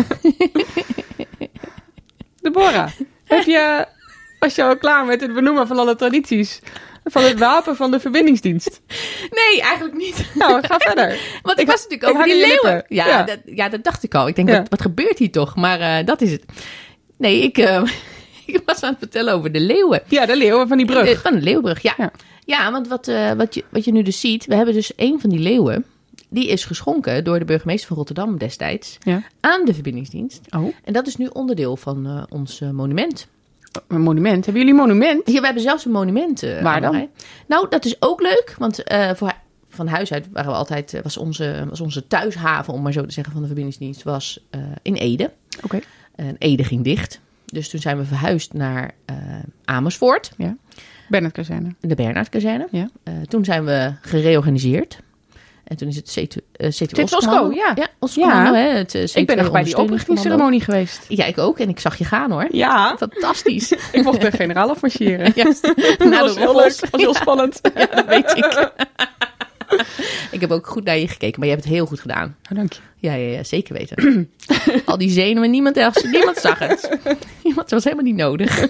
Deborah, heb je, was je al klaar met het benoemen van alle tradities van het wapen van de verbindingsdienst? Nee, eigenlijk niet. Nou, ga verder. Want ik, ik was natuurlijk over die leeuwen. Ja, ja. Dat, ja, dat dacht ik al. Ik denk, ja. wat, wat gebeurt hier toch? Maar uh, dat is het. Nee, ik, uh, ik was aan het vertellen over de leeuwen. Ja, de leeuwen van die brug. De, van de leeuwbrug, ja. Ja, ja want wat, uh, wat, je, wat je nu dus ziet, we hebben dus één van die leeuwen. Die is geschonken door de burgemeester van Rotterdam destijds ja. aan de verbindingsdienst. Oh. En dat is nu onderdeel van uh, ons uh, monument. Een monument? Hebben jullie een monument? Ja, we hebben zelfs een monument. Uh, Waar dan? Nou, dat is ook leuk, want uh, voor, van huis uit waren we altijd, was onze, was onze thuishaven, om maar zo te zeggen, van de verbindingsdienst, was uh, in Ede. Oké. Okay. En Ede ging dicht. Dus toen zijn we verhuisd naar uh, Amersfoort. Ja. Bernhardkazerne. De Bernhardkazerne. Ja. Uh, toen zijn we gereorganiseerd. En toen is het C twee Osco, ja. Ja, Osco, hè, het C twee ik ben nog bij die oprichtingsceremonie geweest. Ja, ik ook. En ik zag je gaan, hoor. Ja. Fantastisch. Ik mocht de generaal afmarcheren. Ja, na de roffels. Dat was heel spannend. Ja, dat weet ik. Ik heb ook goed naar je gekeken, maar je hebt het heel goed gedaan. Oh, dank je. Ja, ja, ja, zeker weten. Al die zenuwen, niemand, else, niemand zag het. Iemand was helemaal niet nodig.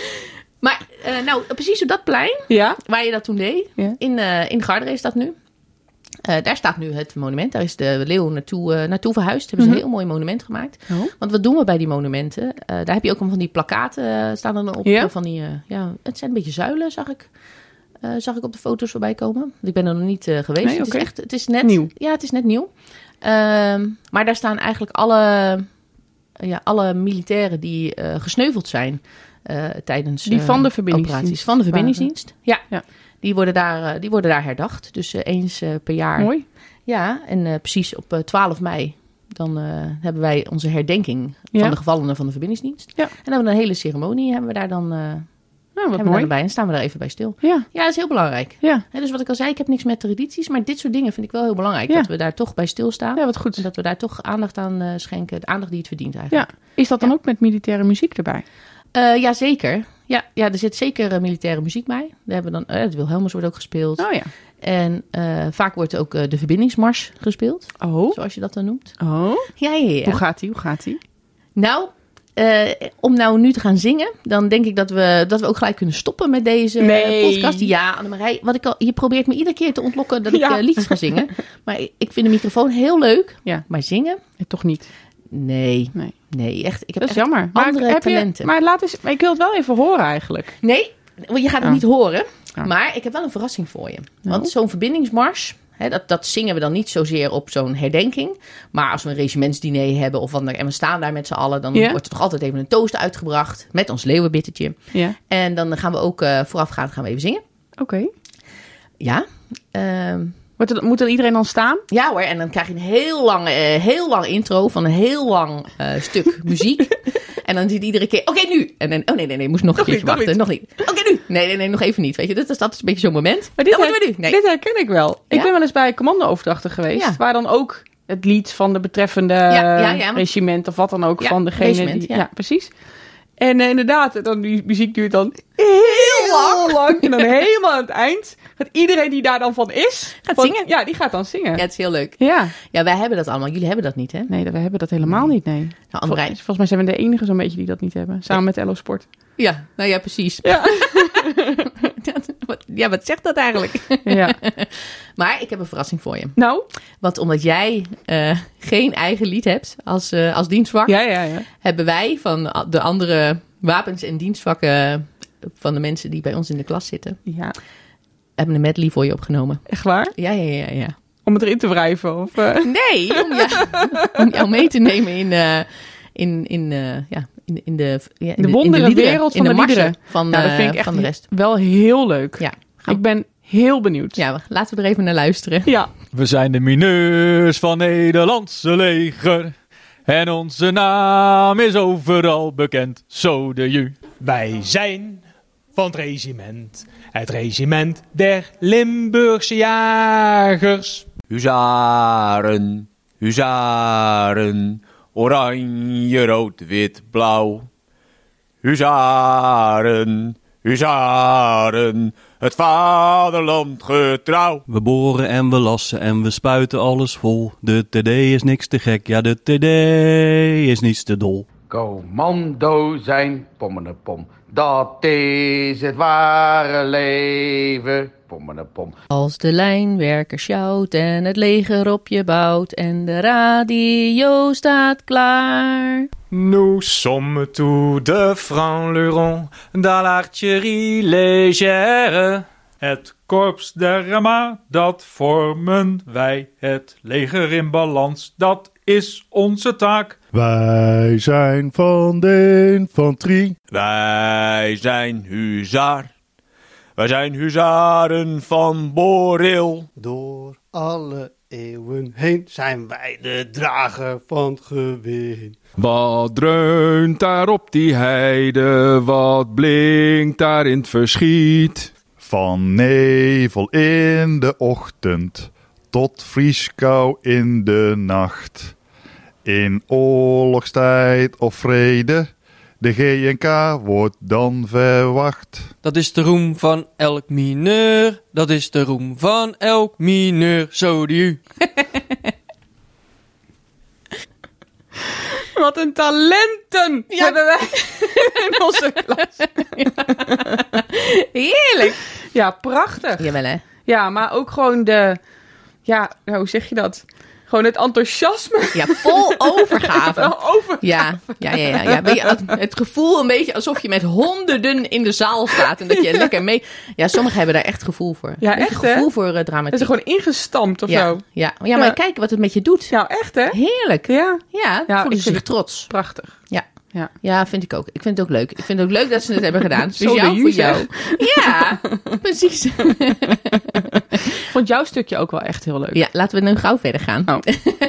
Maar, uh, nou, precies op dat plein, ja? waar je dat toen deed, ja. in, uh, in Garderen is dat nu. Uh, daar staat nu het monument. Daar is de leeuw naartoe, uh, naartoe verhuisd. Hebben ze Mm-hmm. een heel mooi monument gemaakt. Oh. Want wat doen we bij die monumenten? Uh, daar heb je ook van die plakkaten. Uh, staan er dan op. Ja? Van die, uh, ja, het zijn een beetje zuilen, zag ik. Uh, zag ik op de foto's voorbij komen. Want ik ben er nog niet uh, geweest. Nee, het, okay. is echt, het is net nieuw. Ja, het is net nieuw. Uh, maar daar staan eigenlijk alle, uh, ja, alle militairen die uh, gesneuveld zijn uh, tijdens Die van de uh, verbindingsdienst. operaties. Van de verbindingsdienst. Ja. ja. Die worden daar, uh, die worden daar herdacht. Dus uh, eens uh, per jaar. Mooi. Ja, en uh, precies op uh, twaalf mei. Dan uh, hebben wij onze herdenking ja. van de gevallenen van de verbindingsdienst. Ja. En dan hebben we een hele ceremonie. Hebben we daar dan. Uh, Nou, wat hebben mooi. we daarbij en staan we daar even bij stil. Ja. Ja, dat is heel belangrijk. Ja. He, dus wat ik al zei, ik heb niks met tradities, maar dit soort dingen vind ik wel heel belangrijk. Ja. Dat we daar toch bij stilstaan. Ja, wat goed. En dat we daar toch aandacht aan uh, schenken. De aandacht die het verdient eigenlijk. Ja. Is dat dan ja. ook met militaire muziek erbij? Uh, ja, zeker. Ja, ja, er zit zeker uh, militaire muziek bij. We hebben dan, uh, het Wilhelmus wordt ook gespeeld. Oh ja. En uh, vaak wordt ook uh, de verbindingsmars gespeeld. Oh. Zoals je dat dan noemt. Oh. Ja, ja, ja. Hoe gaat die? Hoe gaat die? Nou, uh, om nou nu te gaan zingen, dan denk ik dat we, dat we ook gelijk kunnen stoppen met deze nee. podcast. Ja, Annemarij, wat ik al, je probeert me iedere keer te ontlokken dat ik ja. uh, liedjes ga zingen. Maar ik vind de microfoon heel leuk. Ja. Maar zingen? Nee, toch niet. Nee. Nee. Nee, echt. Ik heb dat is echt jammer. andere maar, heb talenten. Je, maar laat eens, maar ik wil het wel even horen eigenlijk. Nee, want je gaat het oh. niet horen. Oh. Maar ik heb wel een verrassing voor je. Nou? Want zo'n verbindingsmars, hè, dat, dat zingen we dan niet zozeer op zo'n herdenking. Maar als we een regimentsdiner hebben of wat dan, en we staan daar met z'n allen, dan yeah. wordt er toch altijd even een toast uitgebracht met ons leeuwenbittertje. Yeah. En dan gaan we ook uh, voorafgaand gaan we even zingen. Oké. Okay. Ja. Uh, Moet er, moet er iedereen dan staan? Ja hoor, en dan krijg je een heel lang, uh, heel lang intro van een heel lang uh, stuk muziek. En dan ziet iedere keer, oké okay, nu. En dan, oh nee, nee, nee, moest nog, nog een keertje wachten. Nog niet. Oké okay, nu. Nee, nee, nee, nog even niet. Weet je, dat is, dat is een beetje zo'n moment. Maar dit, dat her- moeten we nu. Nee. Dit herken ik wel. Ja? Ik ben wel eens bij commando-overdrachten geweest. Ja. Waar dan ook het lied van de betreffende ja, ja, ja. regiment of wat dan ook ja, van degene regiment, die... Ja, ja precies. En uh, inderdaad, dan, die muziek duurt dan heel lang. lang. En dan helemaal aan het eind gaat iedereen die daar dan van is... Gaat van, zingen. Ja, die gaat dan zingen. Ja, het is heel leuk. Ja. Ja, wij hebben dat allemaal. Jullie hebben dat niet, hè? Nee, we hebben dat helemaal niet, nee. Nou, Vol, volgens mij zijn we de enige zo'n beetje die dat niet hebben. Samen met L O Sport. Ja, nou ja, precies. Ja. Ja, wat zegt dat eigenlijk? Ja. Maar ik heb een verrassing voor je. Nou? Want omdat jij uh, geen eigen lied hebt als, uh, als dienstvak... Ja, ja, ja. hebben wij van de andere wapens en dienstvakken van de mensen die bij ons in de klas zitten... Ja. hebben een medley voor je opgenomen. Echt waar? Ja, ja, ja, ja. Om het erin te wrijven? Of, uh... Nee, om, ja, om jou mee te nemen in... Uh, in, in, uh, ja, in, in de, ja, in de wondere wereld van in de, de liederen. Van, nou, dat vind ik uh, echt van de rest. wel heel leuk. Ja, ik ben heel benieuwd. Ja, laten we er even naar luisteren. Ja. We zijn de mineurs van Nederlandse leger. En onze naam is overal bekend. Zo de ju. Wij zijn van het regiment. Het regiment der Limburgse jagers. Huzaren, huzaren. Oranje, rood, wit, blauw. Huzaren, huzaren, het vaderland getrouw. We boren en we lassen en we spuiten alles vol. De T D is niks te gek, ja de T D is niets te dol. Commando zijn, pommenepom, dat is het ware leven. Pommenepom. Als de lijnwerker sjouwt en het leger op je bouwt en de radio staat klaar. Nous sommes tous de francs-lurons dans l'artillerie légère. Het korps der Rama, dat vormen wij. Het leger in balans, dat is onze taak. Wij zijn van de infanterie. Wij zijn huzaar. Wij zijn huzaren van Boreel. Door alle eeuwen heen zijn wij de drager van het gewin. Wat dreunt daar op die heide, wat blinkt daar in het verschiet. Van nevel in de ochtend tot vrieskou in de nacht. In oorlogstijd of vrede, de G N K wordt dan verwacht. Dat is de roem van elk mineur, dat is de roem van elk mineur, zo die. Wat een talenten ja. hebben wij in onze klas. Heerlijk. Ja, prachtig. Jawel hè. Ja, maar ook gewoon de... ja, nou, hoe zeg je dat? Gewoon het enthousiasme. Ja, vol overgave. overgave. Ja, ja, ja, ja, ja. Ben je, het gevoel een beetje alsof je met honderden in de zaal staat. En dat je lekker mee... Ja, sommigen hebben daar echt gevoel voor. Ja, echt gevoel hè? voor uh, dramatiek. Dat is gewoon ingestampt of ja, zo. Ja, ja, maar ja. Kijk wat het met je doet. Ja, echt hè? Heerlijk. Ja. Ja, ja voelen ze zich trots. Prachtig. Ja. Ja. ja, vind ik ook. Ik vind het ook leuk. Ik vind het ook leuk dat ze het hebben gedaan. Speciaal voor jou. Ja, precies. Ik vond jouw stukje ook wel echt heel leuk. Ja, laten we nu gauw verder gaan. Oh.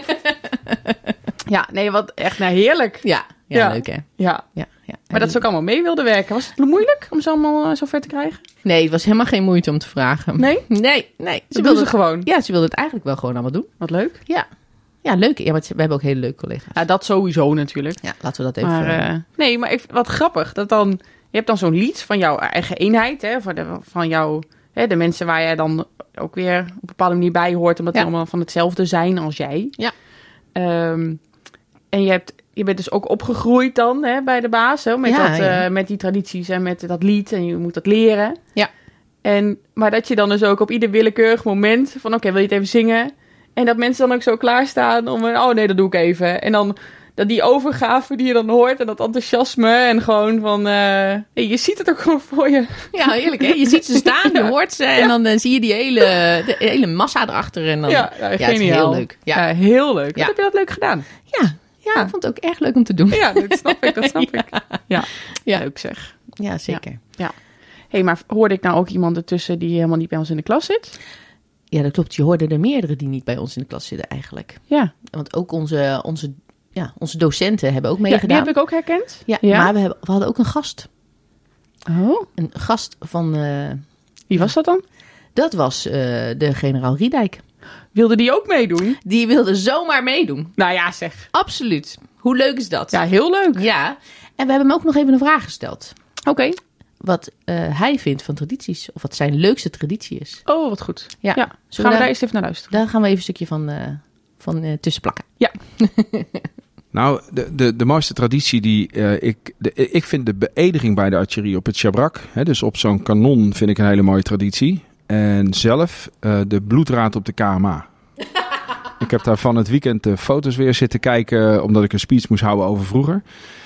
Ja, nee, wat echt nou, heerlijk. Ja, ja, ja. Leuk hè? Ja. ja, ja. Maar dat ze ook allemaal mee wilden werken. Was het moeilijk om ze allemaal uh, zo ver te krijgen? Nee, het was helemaal geen moeite om te vragen. Nee? Nee, nee. Ze wilden ze gewoon? Ja, ze wilden het eigenlijk wel gewoon allemaal doen. Wat leuk. Ja. Ja, leuk. Ja, maar we hebben ook hele leuke collega's. Ja, dat sowieso natuurlijk. Ja, laten we dat even... Maar, uh, nee, maar ik, wat grappig. Dat dan, je hebt dan zo'n lied van jouw eigen eenheid. Hè, van, de, van jouw, hè, de mensen waar jij dan ook weer op een bepaalde manier bij hoort. Omdat ja. die allemaal van hetzelfde zijn als jij. Ja. Um, en je, hebt, je bent dus ook opgegroeid dan hè, bij de baas. Hè, met, ja, dat, ja. Uh, met die tradities en met dat lied. En je moet dat leren. Ja. En, maar dat je dan dus ook op ieder willekeurig moment... van oké, okay, wil je het even zingen... En dat mensen dan ook zo klaarstaan om... Oh nee, dat doe ik even. En dan dat die overgave die je dan hoort... en dat enthousiasme en gewoon van... Uh, hey, je ziet het ook gewoon voor je. Ja, heerlijk hè. Je ziet ze staan, je hoort ze... en ja. dan uh, zie je die hele, de hele massa erachter. En dan, ja, ja, ja, het is heel leuk. Ja, ja heel leuk. Ja. Wat heb je dat leuk gedaan? Ja, ja, ja, ik vond het ook erg leuk om te doen. Ja, dat snap ik, dat snap ja. ik. Ja. ja, leuk zeg. Ja, zeker. Ja. ja. Hey, maar hoorde ik nou ook iemand ertussen... die helemaal niet bij ons in de klas zit? Ja, dat klopt. Je hoorde er meerdere die niet bij ons in de klas zitten eigenlijk. Ja. Want ook onze, onze, ja, onze docenten hebben ook meegedaan. Ja, die heb ik ook herkend. Ja, ja. Maar we, hebben, we hadden ook een gast. Oh. Een gast van... Uh, Wie was dat dan? Dat was uh, de generaal Riedijk. Wilde die ook meedoen? Die wilde zomaar meedoen. Nou ja, zeg. Absoluut. Hoe leuk is dat? Ja, heel leuk. Ja. En we hebben hem ook nog even een vraag gesteld. Oké. Okay. Wat uh, hij vindt van tradities. Of wat zijn leukste traditie is. Oh, wat goed. Ja. ja. Dus gaan we daar, daar eens even naar luisteren. Daar gaan we even een stukje van, uh, van uh, tussen plakken. Ja. Nou, de, de, de mooiste traditie die uh, ik... De, ik vind de beëdiging bij de archerie op het Chabrak. Hè, dus op zo'n kanon vind ik een hele mooie traditie. En zelf uh, de bloedraad op de K M A. Ik heb daar van het weekend de foto's weer zitten kijken... omdat ik een speech moest houden over vroeger...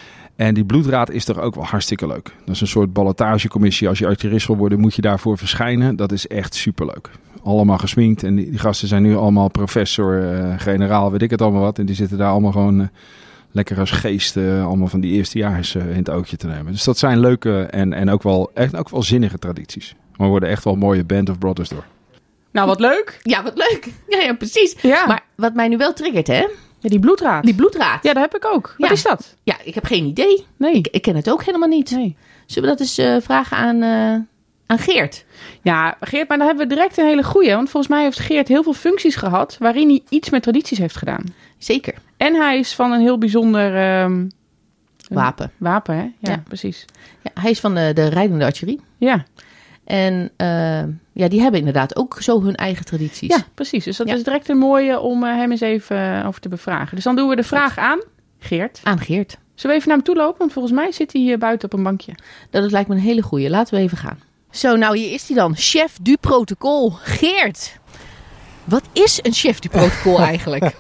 En die bloedraad is toch ook wel hartstikke leuk. Dat is een soort ballotagecommissie. Als je artillerist wil worden, moet je daarvoor verschijnen. Dat is echt superleuk. Allemaal gesminkt. En die, die gasten zijn nu allemaal professor, uh, generaal, weet ik het allemaal wat. En die zitten daar allemaal gewoon uh, lekker als geest... Uh, allemaal van die eerstejaars uh, in het oogje te nemen. Dus dat zijn leuke en, en ook, wel, echt, ook wel zinnige tradities. Maar we worden echt wel een mooie band of brothers door. Nou, wat leuk. Ja, wat leuk. Ja, ja precies. Ja. Maar wat mij nu wel triggert, hè... Ja, die bloedraad. Die bloedraad. Ja, dat heb ik ook. Wat ja. is dat? Ja, ik heb geen idee. Nee. Ik, ik ken het ook helemaal niet. Nee. Zullen we dat eens uh, vragen aan, uh, aan Geert? Ja, Geert, maar dan hebben we direct een hele goeie. Want volgens mij heeft Geert heel veel functies gehad... waarin hij iets met tradities heeft gedaan. Zeker. En hij is van een heel bijzonder... Um, wapen. Wapen, hè? Ja, ja. precies. Ja, hij is van de, de rijdende archerie. Ja. En uh, ja, die hebben inderdaad ook zo hun eigen tradities. Ja, precies. Dus dat ja. is direct een mooie om uh, hem eens even uh, over te bevragen. Dus dan doen we de vraag aan Geert. Aan Geert. Zullen we even naar hem toe lopen? Want volgens mij zit hij hier buiten op een bankje. Dat lijkt me een hele goeie. Laten we even gaan. Zo, nou hier is hij dan. Chef du protocol. Geert. Wat is een chef du protocol eigenlijk?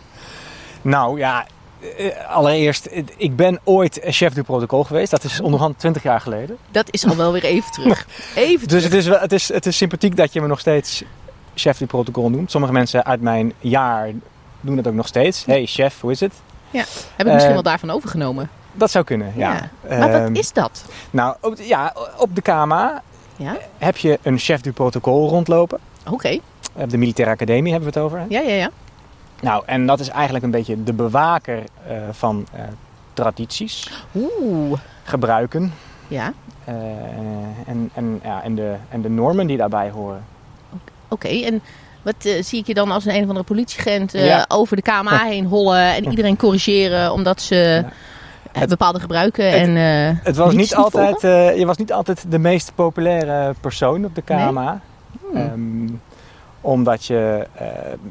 Nou ja... Allereerst, ik ben ooit chef du protocol geweest. Dat is onderhand twintig jaar geleden. Dat is al wel weer even terug. Even dus terug. Het, is, het, is, het is sympathiek dat je me nog steeds chef du protocol noemt. Sommige mensen uit mijn jaar doen het ook nog steeds. Hey chef, hoe is het? Ja, heb ik misschien uh, wel daarvan overgenomen. Dat zou kunnen, ja. ja. Maar uh, wat is dat? Nou, op, ja, op de K M A ja? heb je een chef du protocol rondlopen. Oké. Okay. Op de militaire academie hebben we het over. Hè? Ja, ja, ja. Nou, en dat is eigenlijk een beetje de bewaker uh, van uh, tradities. Oeh. Gebruiken. Ja. Uh, en, en, ja, en, de, en de normen die daarbij horen. Oké, okay. En wat uh, zie ik je dan als een, een of andere politieagent uh, ja. over de K M A heen hollen en iedereen corrigeren omdat ze ja. het, bepaalde gebruiken het, en uh, het was niet altijd, uh, je was niet altijd de meest populaire persoon op de K M A. Nee? Hmm. Um, omdat je... Uh,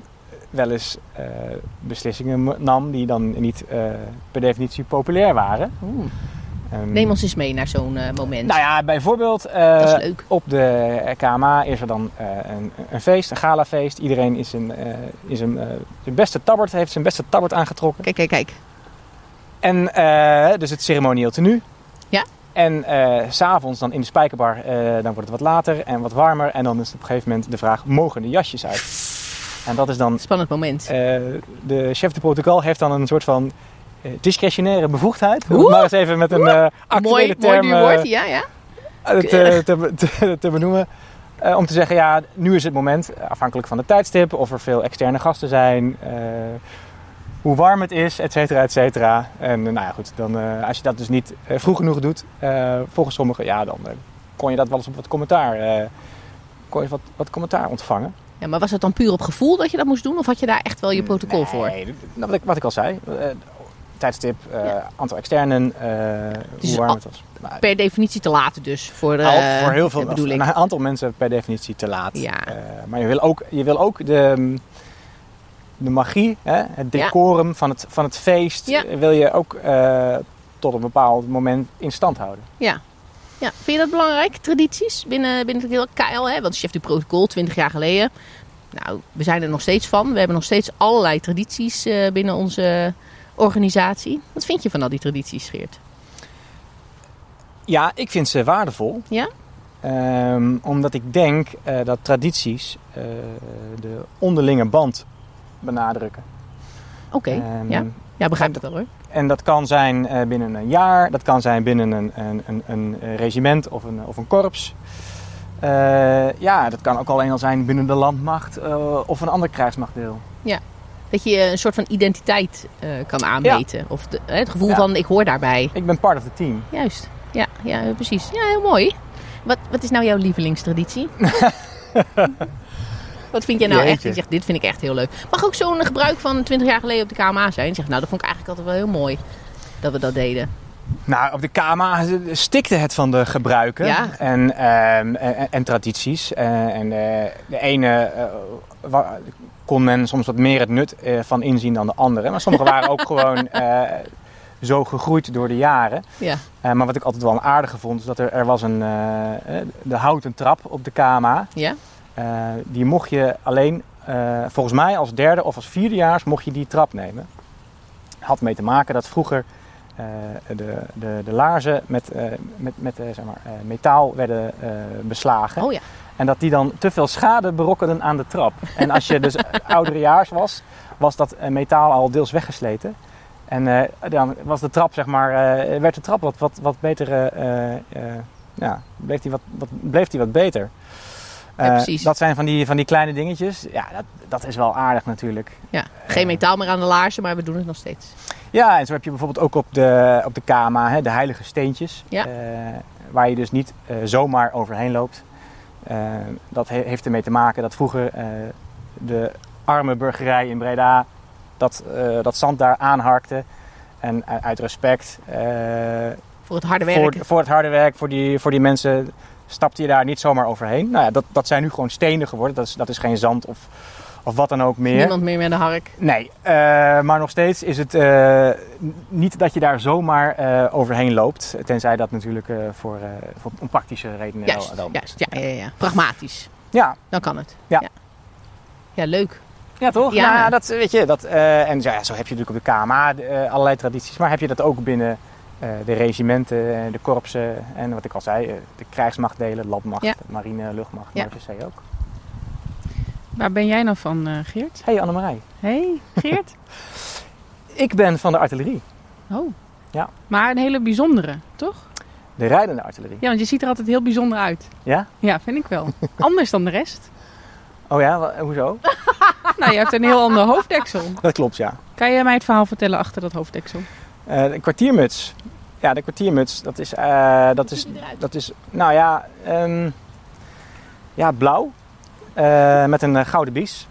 wel eens uh, beslissingen nam die dan niet uh, per definitie populair waren. Um, Neem ons eens mee naar zo'n uh, moment. Nou ja, bijvoorbeeld uh, dat is leuk. Op de K M A is er dan uh, een, een feest, een galafeest. Iedereen is een, uh, is een uh, zijn beste tabbert, heeft zijn beste tabbert aangetrokken. Kijk, kijk, kijk. En uh, dus het ceremonieel tenue. Ja. En uh, 's avonds dan in de spijkerbar, uh, dan wordt het wat later en wat warmer. En dan is het op een gegeven moment de vraag, mogen de jasjes uit? En dat is dan... Spannend moment. Uh, de chef de protocol heeft dan een soort van uh, discretionaire bevoegdheid. Om het maar eens even met een uh, actuele mooi, term mooi duur woord, ja, ja. Uh, te, te, te, te benoemen. Uh, om te zeggen, ja, nu is het moment, afhankelijk van de tijdstip, of er veel externe gasten zijn, uh, hoe warm het is, et cetera, et cetera. En uh, nou ja, goed, dan, uh, als je dat dus niet uh, vroeg genoeg doet, uh, volgens sommigen, ja, dan uh, kon je dat wel eens op wat commentaar, uh, kon je wat, wat commentaar ontvangen. Ja, maar was het dan puur op gevoel dat je dat moest doen, of had je daar echt wel je protocol nee, voor? Nee, wat ik, wat ik al zei, uh, tijdstip, uh, ja. aantal externen, uh, dus hoe warm het was. Maar, per definitie te laat dus, voor, de, uh, voor heel veel, bedoel ik. Een aantal mensen per definitie te laat. Ja. Uh, maar je wil ook, je wil ook de, de magie, hè, het decorum ja. van, het, van het feest, ja. wil je ook uh, tot een bepaald moment in stand houden. Ja. Ja, vind je dat belangrijk, tradities binnen, binnen het hele K L? Hè? Want chef du protocol, twintig jaar geleden. Nou, we zijn er nog steeds van. We hebben nog steeds allerlei tradities uh, binnen onze organisatie. Wat vind je van al die tradities, Geert? Ja, ik vind ze waardevol. Ja? Um, omdat ik denk uh, dat tradities uh, de onderlinge band benadrukken. Oké, okay, um, ja. Ja, begrijp het wel hoor. En dat kan zijn uh, binnen een jaar, dat kan zijn binnen een, een, een, een regiment of een, of een korps. Uh, ja, dat kan ook alleen al zijn binnen de landmacht uh, of een ander krijgsmachtdeel. Ja, dat je een soort van identiteit uh, kan aanmeten. Ja. Of de, het gevoel ja. van ik hoor daarbij. Ik ben part of the team. Juist, ja, ja precies. Ja, heel mooi. Wat, wat is nou jouw lievelingstraditie? Wat vind jij nou Jeetje. echt? Je zegt, dit vind ik echt heel leuk. Mag ook zo'n gebruik van twintig jaar geleden op de K M A zijn? Je zegt, nou, dat vond ik eigenlijk altijd wel heel mooi dat we dat deden. Nou, op de K M A stikte het van de gebruiken ja. en, um, en, en tradities. Uh, en uh, de ene uh, wa- kon men soms wat meer het nut uh, van inzien dan de andere. Maar sommige waren ook gewoon uh, zo gegroeid door de jaren. Ja. Uh, maar wat ik altijd wel een aardige vond, is dat er, er was een uh, de houten trap op de K M A. Ja. Uh, die mocht je alleen, uh, volgens mij als derde of als vierdejaars, mocht je die trap nemen. Had mee te maken dat vroeger uh, de, de, de laarzen met, uh, met, met uh, zeg maar, uh, metaal werden uh, beslagen. Oh ja. En dat die dan te veel schade berokkenden aan de trap. En als je dus ouderejaars was, was dat uh, metaal al deels weggesleten. En uh, dan was de trap, zeg maar, uh, werd de trap wat, wat, wat beter, uh, uh, ja, bleef die wat, wat, bleef die wat beter. Uh, ja, precies. Dat zijn van die, van die kleine dingetjes. Ja, dat, dat is wel aardig natuurlijk. Ja, geen metaal meer aan de laarzen, maar we doen het nog steeds. Ja, en zo heb je bijvoorbeeld ook op de, op de K M A hè, de heilige steentjes. Ja. Uh, waar je dus niet uh, zomaar overheen loopt. Uh, dat he- heeft ermee te maken dat vroeger uh, de arme burgerij in Breda dat, uh, dat zand daar aanharkte. En uh, uit respect uh, voor het harde werk. Voor, voor het harde werk, voor die, voor die mensen stapte je daar niet zomaar overheen. Nou ja, dat, dat zijn nu gewoon stenen geworden. Dat is, dat is geen zand of, of wat dan ook meer. Niemand meer met een hark. Nee, uh, maar nog steeds is het uh, niet dat je daar zomaar uh, overheen loopt. Tenzij dat natuurlijk uh, voor, uh, voor praktische redenen juist, wel juist, ja, ja, ja. Pragmatisch. Ja. Dan kan het. Ja. Ja, ja leuk. Ja, toch? Ja. Nou, dat weet je. Dat, uh, en ja, zo heb je natuurlijk op de K M A uh, allerlei tradities. Maar heb je dat ook binnen uh, de regimenten, uh, de korpsen en wat ik al zei, uh, de krijgsmachtdelen, landmacht, ja. marine, luchtmacht, ja. Noordzee ook. Waar ben jij nou van, uh, Geert? Hey Annemarij. Hey Geert. Ik ben van de artillerie. Oh. Ja. Maar een hele bijzondere, toch? De rijdende artillerie. Ja, want je ziet er altijd heel bijzonder uit. Ja? Ja, vind ik wel. Anders dan de rest. Oh ja, w- hoezo? Nou, je hebt een heel ander hoofddeksel. Dat klopt, ja. Kan jij mij het verhaal vertellen achter dat hoofddeksel? Uh, de kwartiermuts. Ja, de kwartiermuts, dat is, uh, dat is, dat is, nou ja, um, ja blauw. Uh, met een uh, gouden bies.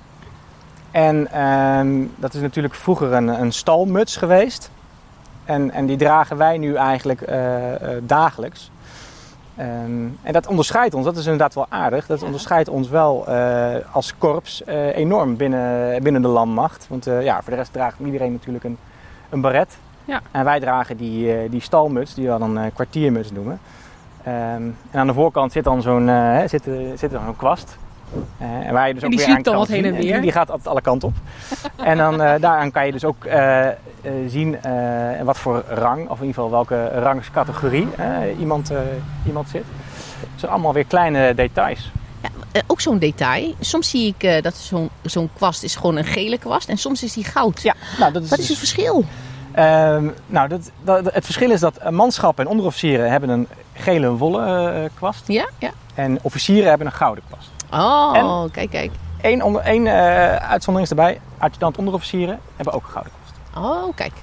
En um, dat is natuurlijk vroeger een, een stalmuts geweest. En, en die dragen wij nu eigenlijk uh, uh, dagelijks. Um, en dat onderscheidt ons, dat is inderdaad wel aardig. Dat onderscheidt ons wel uh, als korps uh, enorm binnen, binnen de landmacht. Want uh, ja, voor de rest draagt iedereen natuurlijk een, een baret. Ja. En wij dragen die, uh, die stalmuts, die we dan uh, kwartiermuts noemen. Um, en aan de voorkant zit dan zo'n, uh, zit, uh, zit dan zo'n kwast. Uh, en waar je dus en ook die weer zie ik dan wat heen en weer. Die, die gaat altijd alle kanten op. En dan uh, daaraan kan je dus ook uh, uh, zien uh, wat voor rang, of in ieder geval welke rangscategorie uh, iemand, uh, iemand zit. Het zijn allemaal weer kleine details. Ja, uh, ook zo'n detail. Soms zie ik uh, dat zo'n, zo'n kwast is gewoon een gele kwast en soms is die goud. Ja, nou, dat is wat dus... is het verschil? Uh, nou, dat, dat, het verschil is dat manschappen en onderofficieren hebben een gele wollen uh, kwast. Ja, ja. En officieren hebben een gouden kwast. Oh, en kijk, kijk. Eén onder, één, uh, uitzondering is erbij. Adjudant onderofficieren hebben ook een gouden kwast. Oh, kijk.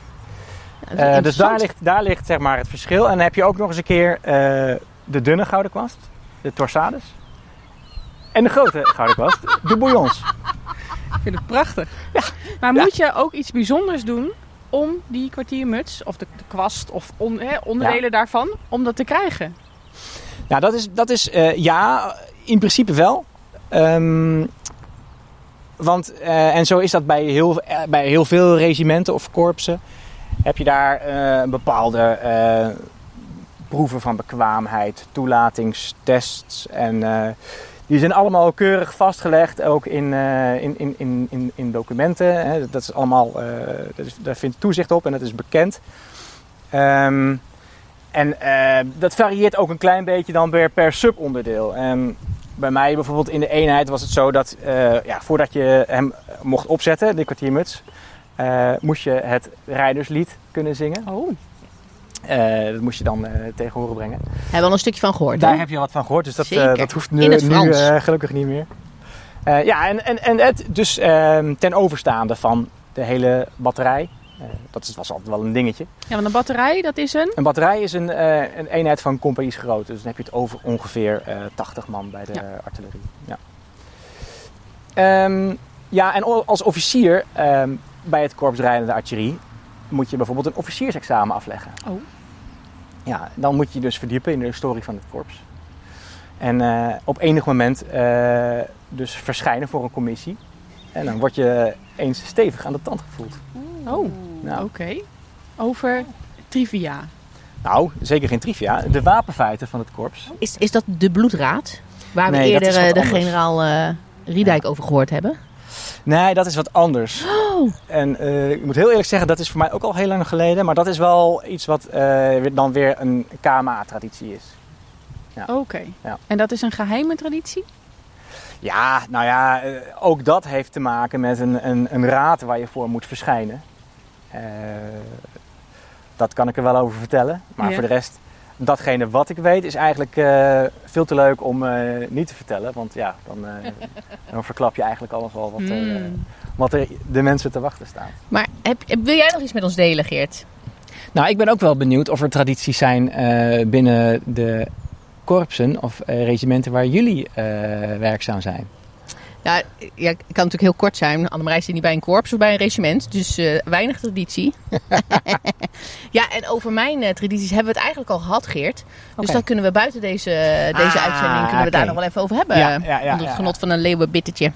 Ja. Uh, dus daar ligt, daar ligt zeg maar het verschil. En dan heb je ook nog eens een keer uh, de dunne gouden kwast. De torsades. En de grote gouden kwast. De bouillons. Ik vind het prachtig. Ja. Maar ja. moet je ook iets bijzonders doen om die kwartiermuts, of de, de kwast, of on, hè, onderdelen ja. daarvan, om dat te krijgen? Nou, dat is, dat is uh, ja, in principe wel. Um, want, uh, en zo is dat bij heel, uh, bij heel veel regimenten of korpsen. Heb je daar uh, bepaalde uh, proeven van bekwaamheid, toelatingstests. En uh, die zijn allemaal keurig vastgelegd, ook in, uh, in, in, in, in, in documenten. Hè. Dat is allemaal, uh, dat is, daar vindt toezicht op en dat is bekend. Um, En uh, dat varieert ook een klein beetje dan weer per subonderdeel. Um, bij mij bijvoorbeeld in de eenheid was het zo dat uh, ja, voordat je hem mocht opzetten, de kwartiermuts, uh, moest je het rijderslied kunnen zingen. Oh. Uh, dat moest je dan uh, tegen horen brengen. Hebben we al een stukje van gehoord. Daar hè? heb je wat van gehoord, dus dat, uh, dat hoeft nu, in het nu Frans. uh, gelukkig niet meer. Uh, ja, en, en, en het dus uh, ten overstaande van de hele batterij. Uh, dat is, was altijd wel een dingetje. Ja, want een batterij, dat is een... Een batterij is een, uh, een eenheid van compagnies grootte. Dus dan heb je het over ongeveer uh, tachtig man bij de ja. artillerie. Ja. Um, ja, en als officier um, bij het korps rijdende artillerie moet je bijvoorbeeld een officiersexamen afleggen. Oh. Ja, dan moet je dus verdiepen in de historie van het korps. En uh, op enig moment uh, dus verschijnen voor een commissie. En dan word je eens stevig aan de tand gevoeld. Oh, nou. Oké. Okay. Over trivia. Nou, zeker geen trivia. De wapenfeiten van het korps. Is, is dat de bloedraad? Waar nee, we eerder de anders. generaal uh, Riedijk ja. over gehoord hebben? Nee, dat is wat anders. Oh. En uh, ik moet heel eerlijk zeggen, dat is voor mij ook al heel lang geleden. Maar dat is wel iets wat uh, dan weer een K M A-traditie is. Ja. Oké. Okay. Ja. En dat is een geheime traditie? Ja, nou ja, uh, ook dat heeft te maken met een, een, een raad waar je voor moet verschijnen. Uh, dat kan ik er wel over vertellen. Maar ja. voor de rest, datgene wat ik weet is eigenlijk uh, veel te leuk om uh, niet te vertellen. Want ja, dan, uh, dan verklap je eigenlijk alles al wat, uh, mm. wat er de mensen te wachten staat. Maar heb, wil jij nog iets met ons delen, Geert? Nou, ik ben ook wel benieuwd of er tradities zijn uh, binnen de korpsen of uh, regimenten waar jullie uh, werkzaam zijn. Ja, ja, ik kan natuurlijk heel kort zijn. Annemarij zit niet bij een korps of bij een regiment. Dus uh, weinig traditie. Ja, en over mijn uh, tradities hebben we het eigenlijk al gehad, Geert. Dus okay. dat kunnen we buiten deze, deze ah, uitzending kunnen we okay. daar nog wel even over hebben. Ja, ja, ja, onder het genot ja. van een leeuwenbittertje.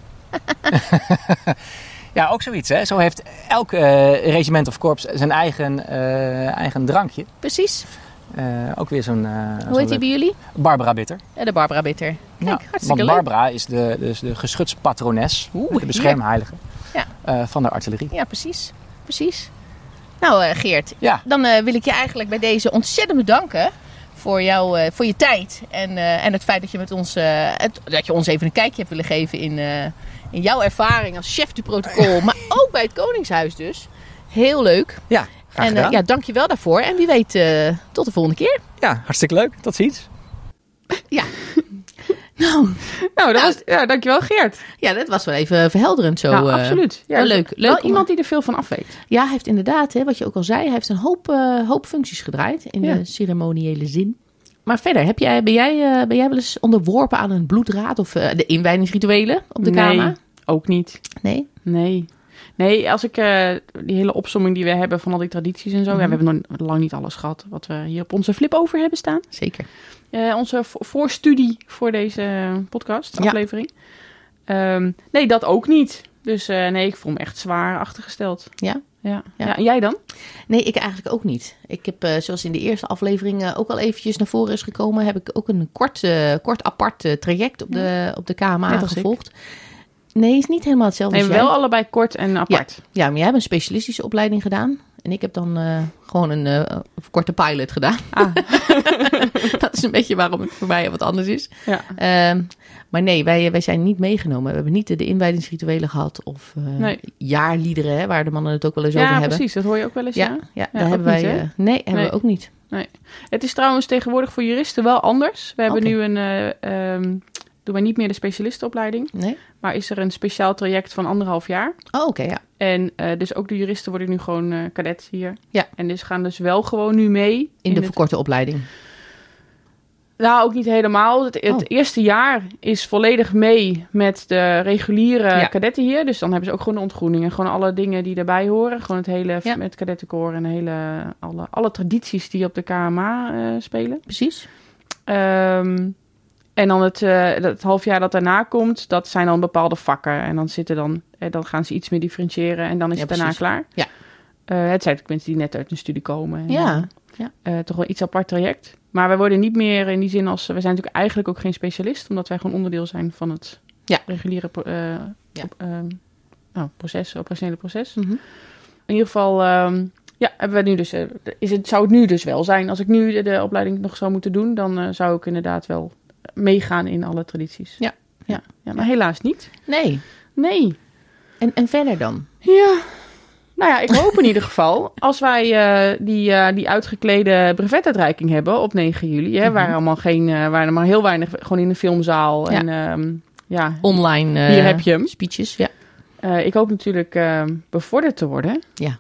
Ja, ook zoiets. Hè? Zo heeft elk uh, regiment of korps zijn eigen, uh, eigen drankje. Precies. Uh, ook weer zo'n... Uh, Hoe zo'n heet die bij jullie? Barbara Bitter. Ja, de Barbara Bitter. Kijk, ja, hartstikke want leuk. Barbara is de, dus de geschutspatrones, Oeh, de beschermheilige ja. uh, van de artillerie. Ja, precies. Precies. Nou, uh, Geert, ja. dan uh, wil ik je eigenlijk bij deze ontzettend bedanken voor, jou, uh, voor je tijd. En, uh, en het feit dat je, met ons, uh, het, dat je ons even een kijkje hebt willen geven in, uh, in jouw ervaring als chef du protocol. Maar ook bij het Koningshuis dus. Heel leuk. Ja. En uh, ja, dank je wel daarvoor. En wie weet, uh, tot de volgende keer. Ja, hartstikke leuk. Tot ziens. Ja. nou, nou, dat was, ja, dankjewel Geert. Ja, dat was wel even verhelderend zo. Nou, uh, absoluut. Ja, wel leuk. leuk wel iemand die er veel van af weet. Ja, hij heeft inderdaad, hè, wat je ook al zei, hij heeft een hoop, uh, hoop functies gedraaid in ja. de ceremoniële zin. Maar verder, heb jij, ben, jij, uh, ben jij wel eens onderworpen aan een bloedraad of uh, de inwijdingsrituelen op de nee, K M A? Ook niet. Nee? Nee. Nee, als ik uh, die hele opsomming die we hebben van al die tradities en zo. Mm-hmm. Ja, we hebben nog lang niet alles gehad wat we hier op onze flip over hebben staan. Zeker. Uh, onze vo- voorstudie voor deze podcast, ja. aflevering. Um, nee, dat ook niet. Dus uh, nee, ik voel me echt zwaar achtergesteld. Ja? Ja. Ja. Ja, en jij dan? Nee, ik eigenlijk ook niet. Ik heb, uh, zoals in de eerste aflevering uh, ook al eventjes naar voren is gekomen, heb ik ook een kort, uh, kort apart uh, traject op de, op de K M A gevolgd. Ik. Nee, is niet helemaal hetzelfde nee, als jij. wel allebei kort en apart. Ja, ja, maar jij hebt een specialistische opleiding gedaan. En ik heb dan uh, gewoon een uh, korte pilot gedaan. Ah. Dat is een beetje waarom het voor mij wat anders is. Ja. Uh, maar nee, wij, wij zijn niet meegenomen. We hebben niet de, de inwijdingsrituelen gehad of uh, nee. jaarliederen, hè, waar de mannen het ook wel eens ja, over hebben. Ja, precies. Dat hoor je ook wel eens. Ja, ja, ja, ja daar hebben wij. Niet, uh, nee, hebben nee. we ook niet. Nee. Het is trouwens tegenwoordig voor juristen wel anders. We hebben okay. nu een... Uh, um, doen wij niet meer de specialistenopleiding. Nee. Maar is er een speciaal traject van anderhalf jaar. Oh, oké, okay, ja. En uh, dus ook de juristen worden nu gewoon uh, kadets hier. Ja. En dus gaan dus wel gewoon nu mee. In, in de het... verkorte opleiding? Nou, ook niet helemaal. Het, het oh. eerste jaar is volledig mee met de reguliere ja. kadetten hier. Dus dan hebben ze ook gewoon de ontgroening en gewoon alle dingen die daarbij horen. Gewoon het hele ja. met kadettenkoor en hele, alle, alle tradities die op de K M A uh, spelen. Precies. Um, En dan het, uh, het half jaar dat daarna komt, dat zijn dan bepaalde vakken. En dan zitten dan, eh, dan gaan ze iets meer differentiëren en dan is ja, het daarna klaar. Ja. Uh, het zijn ook mensen die net uit een studie komen. En, ja. ja. Uh, toch wel iets apart traject. Maar wij worden niet meer in die zin als... We zijn natuurlijk eigenlijk ook geen specialist, omdat wij gewoon onderdeel zijn van het ja. reguliere uh, ja. op, uh, nou, proces, operationele proces. Mm-hmm. In ieder geval... Um, Ja, hebben we nu dus, uh, is het, zou het nu dus wel zijn. Als ik nu de, de opleiding nog zou moeten doen, dan uh, zou ik inderdaad wel meegaan in alle tradities. Ja. Ja, ja maar helaas niet. Nee. Nee. En, en verder dan? Ja. Nou ja, ik hoop in ieder geval, als wij uh, die, uh, die uitgeklede brevetuitreiking hebben op negen juli, hè, mm-hmm. waar allemaal geen, uh, waar er maar heel weinig, gewoon in een filmzaal. Ja. En um, ja. Online uh, hier heb je hem. Speeches, ja. Uh, ik hoop natuurlijk uh, bevorderd te worden. Ja.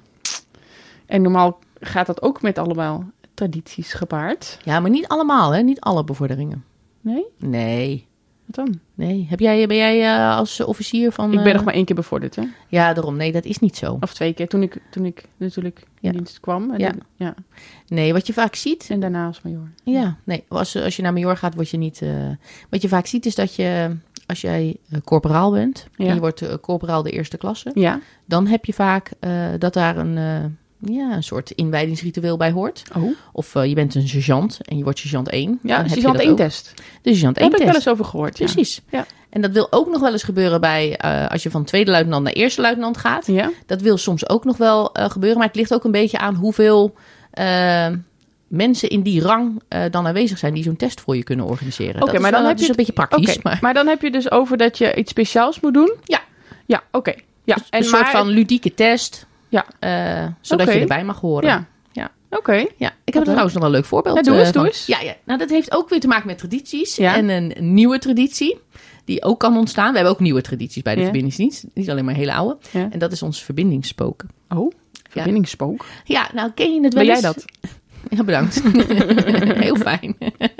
En normaal gaat dat ook met allemaal tradities gepaard. Ja, maar niet allemaal, hè? Niet alle bevorderingen. Nee? Nee. Wat dan? Nee. Heb jij, ben jij uh, als officier van... Uh... Ik ben nog maar één keer bevorderd, hè? Ja, daarom. Nee, dat is niet zo. Of twee keer, toen ik, toen ik natuurlijk in ja. dienst kwam. En ja. dan, ja. Nee, wat je vaak ziet... En daarna als major. Ja, nee. Als, als je naar major gaat, word je niet... Uh... Wat je vaak ziet is dat je... Als jij uh, corporaal bent, ja. en je wordt uh, corporaal de eerste klasse... Ja. Dan heb je vaak uh, dat daar een... Uh, Ja, een soort inwijdingsritueel bij hoort. Oh. Of uh, je bent een sergeant en je wordt sergeant één. Ja, de sergeant één test. De sergeant één test. Daar heb ik wel eens over gehoord. Precies. Ja. En dat wil ook nog wel eens gebeuren bij uh, als je van tweede luitenant naar eerste luitenant gaat. Ja. Dat wil soms ook nog wel uh, gebeuren. Maar het ligt ook een beetje aan hoeveel uh, mensen in die rang uh, dan aanwezig zijn die zo'n test voor je kunnen organiseren. Oké, okay, maar dan wel, heb je het, een beetje praktisch. Okay. Maar... maar dan heb je dus over dat je iets speciaals moet doen? Ja. Ja, oké. Okay. Ja. Dus en een maar... soort van ludieke test. Ja. Uh, zodat okay. je erbij mag horen. Ja. Ja. Oké. Okay. Ja, ik heb er trouwens nog wel een leuk voorbeeld. Ja, doe eens, uh, doe eens. Ja, ja, nou dat heeft ook weer te maken met tradities. Ja. En een nieuwe traditie die ook kan ontstaan. We hebben ook nieuwe tradities bij de ja. verbindingsdienst. Niet alleen maar hele oude. Ja. En dat is ons verbindingsspook. Oh, verbindingsspook? Ja, ja nou ken je het wel Ben eens? jij dat? Ja, bedankt. Heel fijn.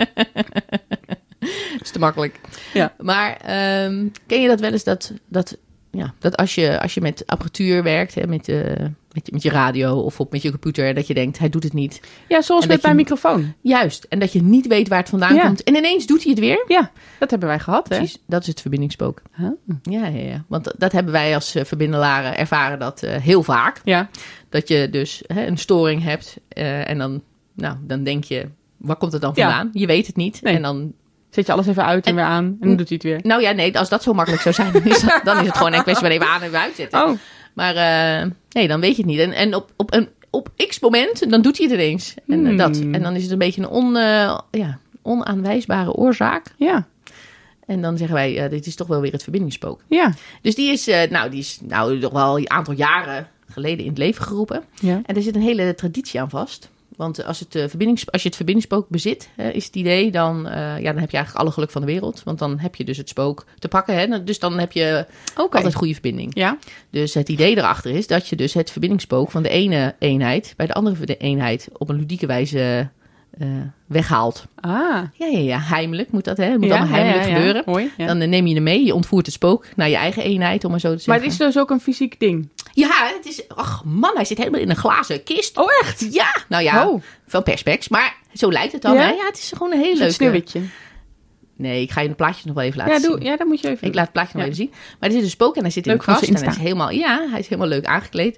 Dat is te makkelijk. Ja. Maar um, ken je dat wel eens dat... dat Ja, dat als je, als je met apparatuur werkt, hè, met, uh, met, met je radio of op, met je computer, dat je denkt, hij doet het niet. Ja, zoals en met mijn je, microfoon. Juist, en dat je niet weet waar het vandaan ja. komt. En ineens doet hij het weer. Ja, dat hebben wij gehad. Precies, hè? Dat is het verbindingsspook. Huh? Ja, ja, ja, want dat, dat hebben wij als uh, verbindelaren ervaren dat uh, heel vaak. Ja. Dat je dus hè, een storing hebt uh, en dan, nou, dan denk je, waar komt het dan vandaan? Ja. Je weet het niet. Nee. En dan... Zet je alles even uit en, en weer aan en dan doet hij het weer. Nou ja, nee, als dat zo makkelijk zou zijn, dan is, dat, dan is het gewoon een kwestie van even aan en weer uitzetten. Oh. Maar uh, nee, dan weet je het niet. En, en op, op, een, op x moment, dan doet hij het ineens. En, hmm. dat. En dan is het een beetje een on, uh, ja, onaanwijsbare oorzaak. Ja. En dan zeggen wij, uh, dit is toch wel weer het verbindingsspook. Ja. Dus die is, uh, nou, die is nou, toch wel een aantal jaren geleden in het leven geroepen. Ja. En er zit een hele traditie aan vast. Want als, het, uh, verbindings, als je het verbindingsspook bezit, hè, is het idee, dan, uh, ja, dan heb je eigenlijk alle geluk van de wereld. Want dan heb je dus het spook te pakken. Hè? Dus dan heb je okay. altijd goede verbinding. Ja. Dus het idee erachter is dat je dus het verbindingsspook van de ene eenheid bij de andere eenheid op een ludieke wijze uh, weghaalt. Ah. Ja, ja, ja, heimelijk moet dat, hè? Het moet ja, allemaal heimelijk ja, ja, gebeuren. Ja. Mooi, ja. Dan uh, neem je hem mee, je ontvoert het spook naar je eigen eenheid, om maar zo te zeggen. Maar het is dus ook een fysiek ding? Ja, het is... Ach man, hij zit helemaal in een glazen kist. Oh, echt? Ja, nou ja, oh. Van perspex. Maar zo lijkt het dan. Ja, hè? Ja, het is gewoon een heel leuk... Een sneeuwwitje. Nee, ik ga je de plaatjes nog wel even laten ja, zien. Doe, ja, dat moet je even Ik laat het plaatje nog ja. even zien. Maar er zit een spook en hij zit in leuk een kast. En hij is helemaal, ja, hij is helemaal leuk aangekleed.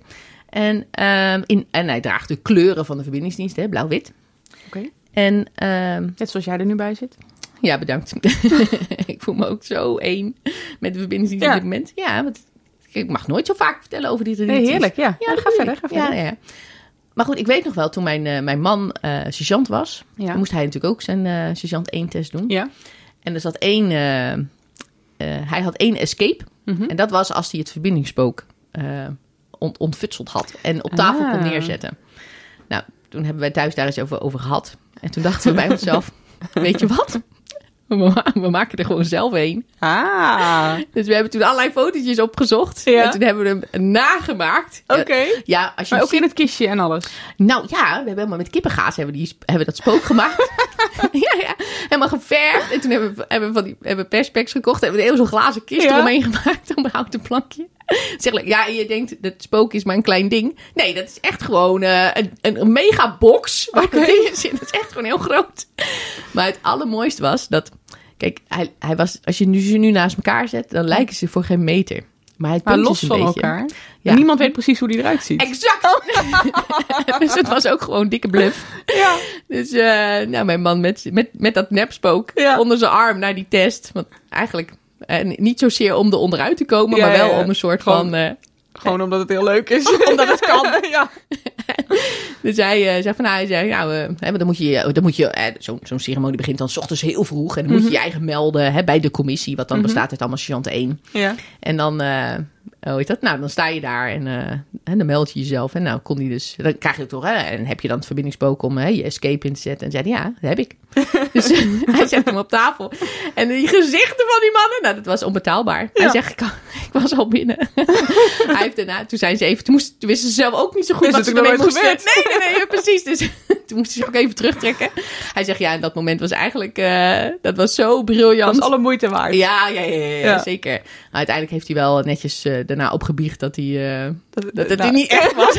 En, um, in, en hij draagt de kleuren van de verbindingsdienst, hè, blauw-wit. Oké. Okay. En um, net zoals jij er nu bij zit. Ja, bedankt. Ik voel me ook zo één met de verbindingsdienst ja. op dit moment. Ja, want ik mag nooit zo vaak vertellen over die tradities. Nee, heerlijk, ja. ja, ja ga verder, ga verder. Ja, ja. Maar goed, ik weet nog wel, toen mijn, uh, mijn man uh, sergeant was, ja. toen moest hij natuurlijk ook zijn uh, sergeant één test doen. Ja. En er zat één, uh, uh, hij had één escape. Mm-hmm. En dat was als hij het verbindingsspook uh, ont, ontfutseld had en op tafel ah. kon neerzetten. Nou, toen hebben wij thuis daar eens over, over gehad. En toen dachten we bij onszelf, weet je wat? We maken er gewoon zelf een. Ah. Dus we hebben toen allerlei fotootjes opgezocht. Ja. En toen hebben we hem nagemaakt. Oké. Okay. Ja, als je maar ook ziet... in het kistje en alles? Nou ja, we hebben helemaal met kippengaas hebben, die, hebben we dat spook gemaakt. ja, ja. Helemaal geverfd. En toen hebben we, hebben we, van die, hebben we perspects gekocht. Hebben we een heel zo'n glazen kist ja. eromheen gemaakt. Om een houten plankje. Zeg, ja, je denkt, dat spook is maar een klein ding. Nee, dat is echt gewoon uh, een, een, een megabox. Waar okay. dat ding in zit. Dat is echt gewoon heel groot. Maar het allermooiste was dat... Kijk, hij, hij was, als je nu, ze nu naast elkaar zet, dan lijken ze voor geen meter. Maar hij maar los dus een van beetje. elkaar. Ja. En niemand weet precies hoe die eruit ziet. Exact! Oh. Dus het was ook gewoon dikke bluff. Ja. Dus uh, nou, mijn man met, met, met dat nepspook ja. onder zijn arm naar die test. Want eigenlijk uh, niet zozeer om er onderuit te komen, ja, maar wel ja, ja. om een soort gewoon, van... Uh, gewoon omdat het heel leuk is. Omdat het kan. Ja. Dus hij uh, zei van, nou, hij zei, nou, uh, hè, dan moet je, dan moet je uh, zo, zo'n ceremonie begint dan 's ochtends heel vroeg. En dan moet je mm-hmm. je eigen melden hè, bij de commissie, wat dan mm-hmm. bestaat uit allemaal sergeant één. Ja. En dan, uh, hoe heet dat? Nou, dan sta je daar en, uh, en dan meld je jezelf. En nou kon hij dus, dan krijg je het toch, hè, en heb je dan het verbindingsspook om hè, je escape in te zetten. En zei hij, ja, dat heb ik. Dus hij zet hem op tafel. En die gezichten van die mannen, nou, dat was onbetaalbaar. Ja. Hij zegt, ik, ik was al binnen. Hij heeft daarna, toen zijn ze even, toen, moest, toen wisten ze zelf ook niet zo goed wat ze ermee moesten. Nee, nee, nee, precies. Dus toen moest hij zich ook even terugtrekken. Hij zegt, ja, en dat moment was eigenlijk, uh, dat was zo briljant. Dat was alle moeite waard. Ja, ja, ja, ja, ja. zeker. Maar uiteindelijk heeft hij wel netjes uh, daarna opgebiecht dat hij, uh, dat, dat het nou, niet echt was.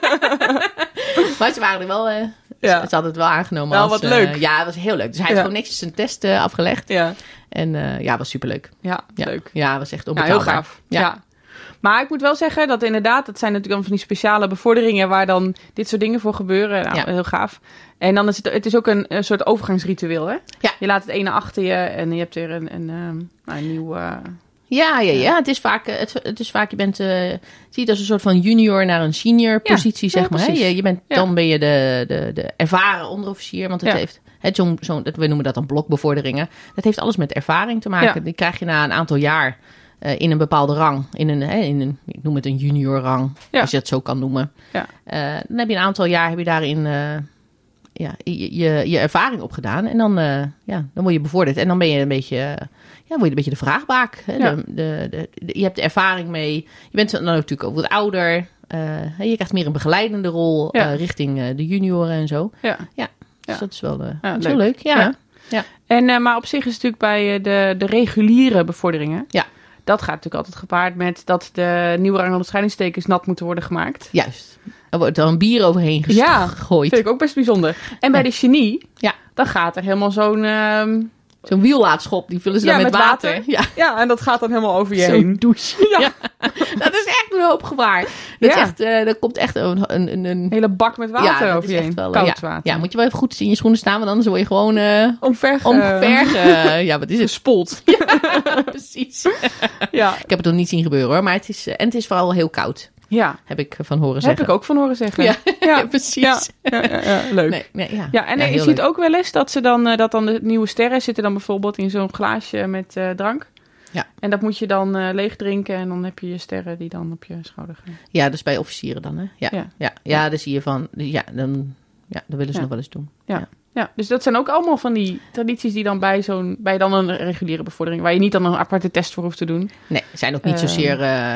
Maar ze waren er wel... Uh, Ja. Ze hadden het wel aangenomen. Wel als, wat leuk. Uh, ja, het was heel leuk. Dus hij ja. heeft gewoon netjes zijn test uh, afgelegd. Ja. En uh, ja, was superleuk. Ja, ja, leuk. Ja, was echt onbetaalbaar. Ja, heel gaaf. Ja. ja. Maar ik moet wel zeggen dat inderdaad, dat zijn natuurlijk dan van die speciale bevorderingen waar dan dit soort dingen voor gebeuren. Nou, ja. heel gaaf. En dan is het, het is ook een, een soort overgangsritueel, hè? Ja. Je laat het ene achter je en je hebt weer een, een, een, een nieuw... Uh, Ja, ja, ja. Het is vaak, het, het is vaak je bent, uh, zie het als een soort van junior naar een senior positie, ja, zeg ja, maar. Hè? Je, je bent, ja. Dan ben je de, de, de ervaren onderofficier, want het ja. heeft, het, zo, zo, we noemen dat dan blokbevorderingen. Dat heeft alles met ervaring te maken. Ja. Die krijg je na een aantal jaar uh, in een bepaalde rang, in een, hè, in een, ik noem het een junior rang, ja. als je het zo kan noemen. Ja. Uh, dan heb je een aantal jaar, heb je daarin... Uh, Ja, je, je, je ervaring opgedaan en dan, uh, ja, dan word je bevorderd. En dan ben je een beetje, uh, ja, word je een beetje de vraagbaak. Hè? Ja. De, de, de, de, je hebt de ervaring mee. Je bent dan natuurlijk ook wat ouder. Uh, je krijgt meer een begeleidende rol ja. uh, richting uh, de junioren en zo. Ja, ja. Dus ja. dat is wel, uh, ja, dat is leuk. wel leuk. Ja. Ja. Ja. En, uh, maar op zich is het natuurlijk bij uh, de, de reguliere bevorderingen. Ja. Dat gaat natuurlijk altijd gepaard met dat de nieuwe rangonderscheidingstekens nat moeten worden gemaakt. Juist. Er wordt dan een bier overheen gegooid. Ja, vind ik ook best bijzonder. En bij ja. de genie, ja. dan gaat er helemaal zo'n... Um... Zo'n wiellaadschop, die vullen ze ja, dan met, met water. water. Ja. ja, en dat gaat dan helemaal over je zo'n heen. douche. Ja. ja. Dat is echt een hoop gevaar. Dat ja. is echt, uh, er komt echt een, een, een... hele bak met water ja, over je heen. Wel, koud ja. water. Ja, moet je wel even goed in je schoenen staan, want anders word je gewoon... Uh, omver... Omver... Uh, ja, wat is het? Gespoeld. Ja, precies. Ja. Ik heb het nog niet zien gebeuren hoor, maar het is... Uh, en het is vooral heel koud. Ja. Heb ik van horen zeggen. Heb ik ook van horen zeggen. Ja, ja. ja precies. Ja, ja, ja, ja. Leuk. Nee, nee, ja. Ja, en ja, je ziet leuk. Ook wel eens dat ze dan, uh, dat dan de nieuwe sterren zitten dan bijvoorbeeld in zo'n glaasje met uh, drank. Ja. En dat moet je dan uh, leeg drinken en dan heb je je sterren die dan op je schouder gaan. Ja, dus bij officieren dan hè. Ja, ja. ja. ja dan zie je van, ja, dan, ja, dan willen ze ja. nog wel eens doen. Ja. Ja. Ja, dus dat zijn ook allemaal van die tradities die dan bij zo'n bij dan een reguliere bevordering, waar je niet dan een aparte test voor hoeft te doen. Nee, zijn ook niet uh, zozeer uh,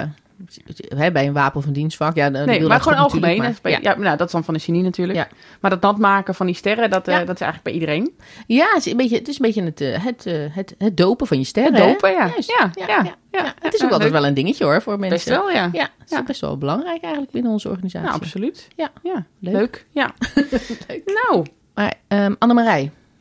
hè, bij een wapen of een dienstvak. Ja, nee, maar gewoon algemeen. Maar, dat, is bij, ja. Ja, nou, dat is dan van de genie natuurlijk. Ja. Maar dat nat maken van die sterren, dat, ja. uh, dat is eigenlijk bij iedereen. Ja, het is een beetje het, is een beetje het, het, het, het dopen van je sterren. Het dopen, ja. Juist. Ja, ja, ja, ja, ja. ja. Het is ook ja, altijd leuk. wel een dingetje hoor, voor mensen. Best wel, ja. Ja, het is ja. best wel belangrijk eigenlijk binnen onze organisatie. Nou, absoluut. Ja, ja. leuk. Leuk. Ja. Leuk. Nou. Maar um, Annemarij.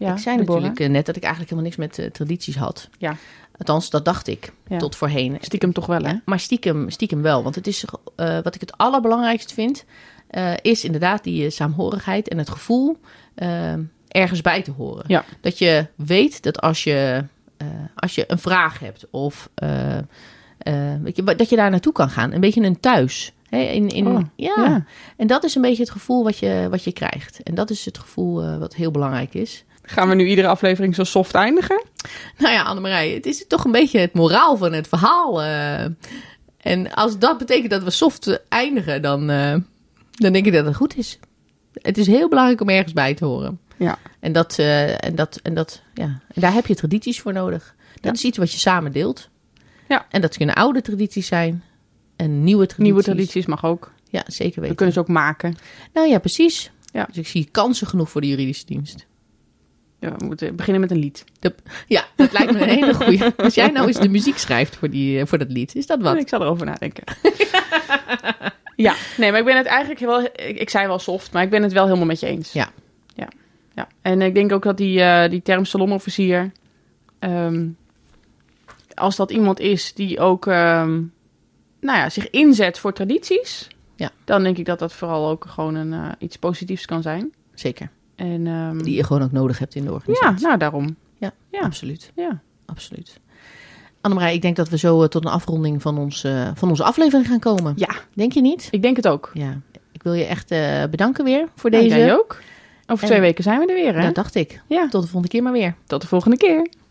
Ja, ik zei Deborah. natuurlijk uh, net dat ik eigenlijk helemaal niks met uh, tradities had. Ja. Althans, dat dacht ik Ja. tot voorheen. Stiekem toch wel, hè? Ja, maar stiekem, stiekem wel. Want het is, uh, wat ik het allerbelangrijkste vind, uh, is inderdaad die uh, saamhorigheid en het gevoel uh, ergens bij te horen. Ja. Dat je weet dat als je, uh, als je een vraag hebt of uh, uh, weet je, dat je daar naartoe kan gaan. Een beetje een thuis. Hè, in, in, Oh, ja. ja. En dat is een beetje het gevoel wat je, wat je krijgt. En dat is het gevoel uh, wat heel belangrijk is. Gaan we nu iedere aflevering zo soft eindigen? Nou ja, Annemarij, het is toch een beetje het moraal van het verhaal. Uh, en als dat betekent dat we soft eindigen, dan, uh, dan denk ik dat het goed is. Het is heel belangrijk om ergens bij te horen. Ja. En, dat, uh, en, dat, en, dat, ja. en daar heb je tradities voor nodig. Dat Ja. is iets wat je samen deelt. Ja. En dat kunnen oude tradities zijn. En nieuwe tradities. Nieuwe tradities mag ook. Ja, zeker weten. We kunnen ze ook maken. Nou ja, precies. Ja. Dus ik zie kansen genoeg voor de juridische dienst. Ja, we moeten beginnen met een lied. De, ja, dat lijkt me een hele goeie. Als jij nou eens de muziek schrijft voor, die, voor dat lied, is dat wat? Ik zal erover nadenken. Ja, nee, maar ik ben het eigenlijk wel... Ik, ik zei wel soft, maar ik ben het wel helemaal met je eens. Ja. Ja, ja. En ik denk ook dat die, uh, die term salonofficier... Um, als dat iemand is die ook um, nou ja, zich inzet voor tradities... Ja. Dan denk ik dat dat vooral ook gewoon een, uh, iets positiefs kan zijn. Zeker. En, um, die je gewoon ook nodig hebt in de organisatie. Ja, nou daarom. Ja, ja. absoluut. Ja. Absoluut. Annemarij, ik denk dat we zo uh, tot een afronding van, ons, uh, van onze aflevering gaan komen. Ja. Denk je niet? Ik denk het ook. Ja. Ik wil je echt uh, bedanken weer voor nou, deze. Jij ook. Over en twee weken zijn we er weer, hè? Dat dacht ik. Ja. Tot de volgende keer maar weer. Tot de volgende keer.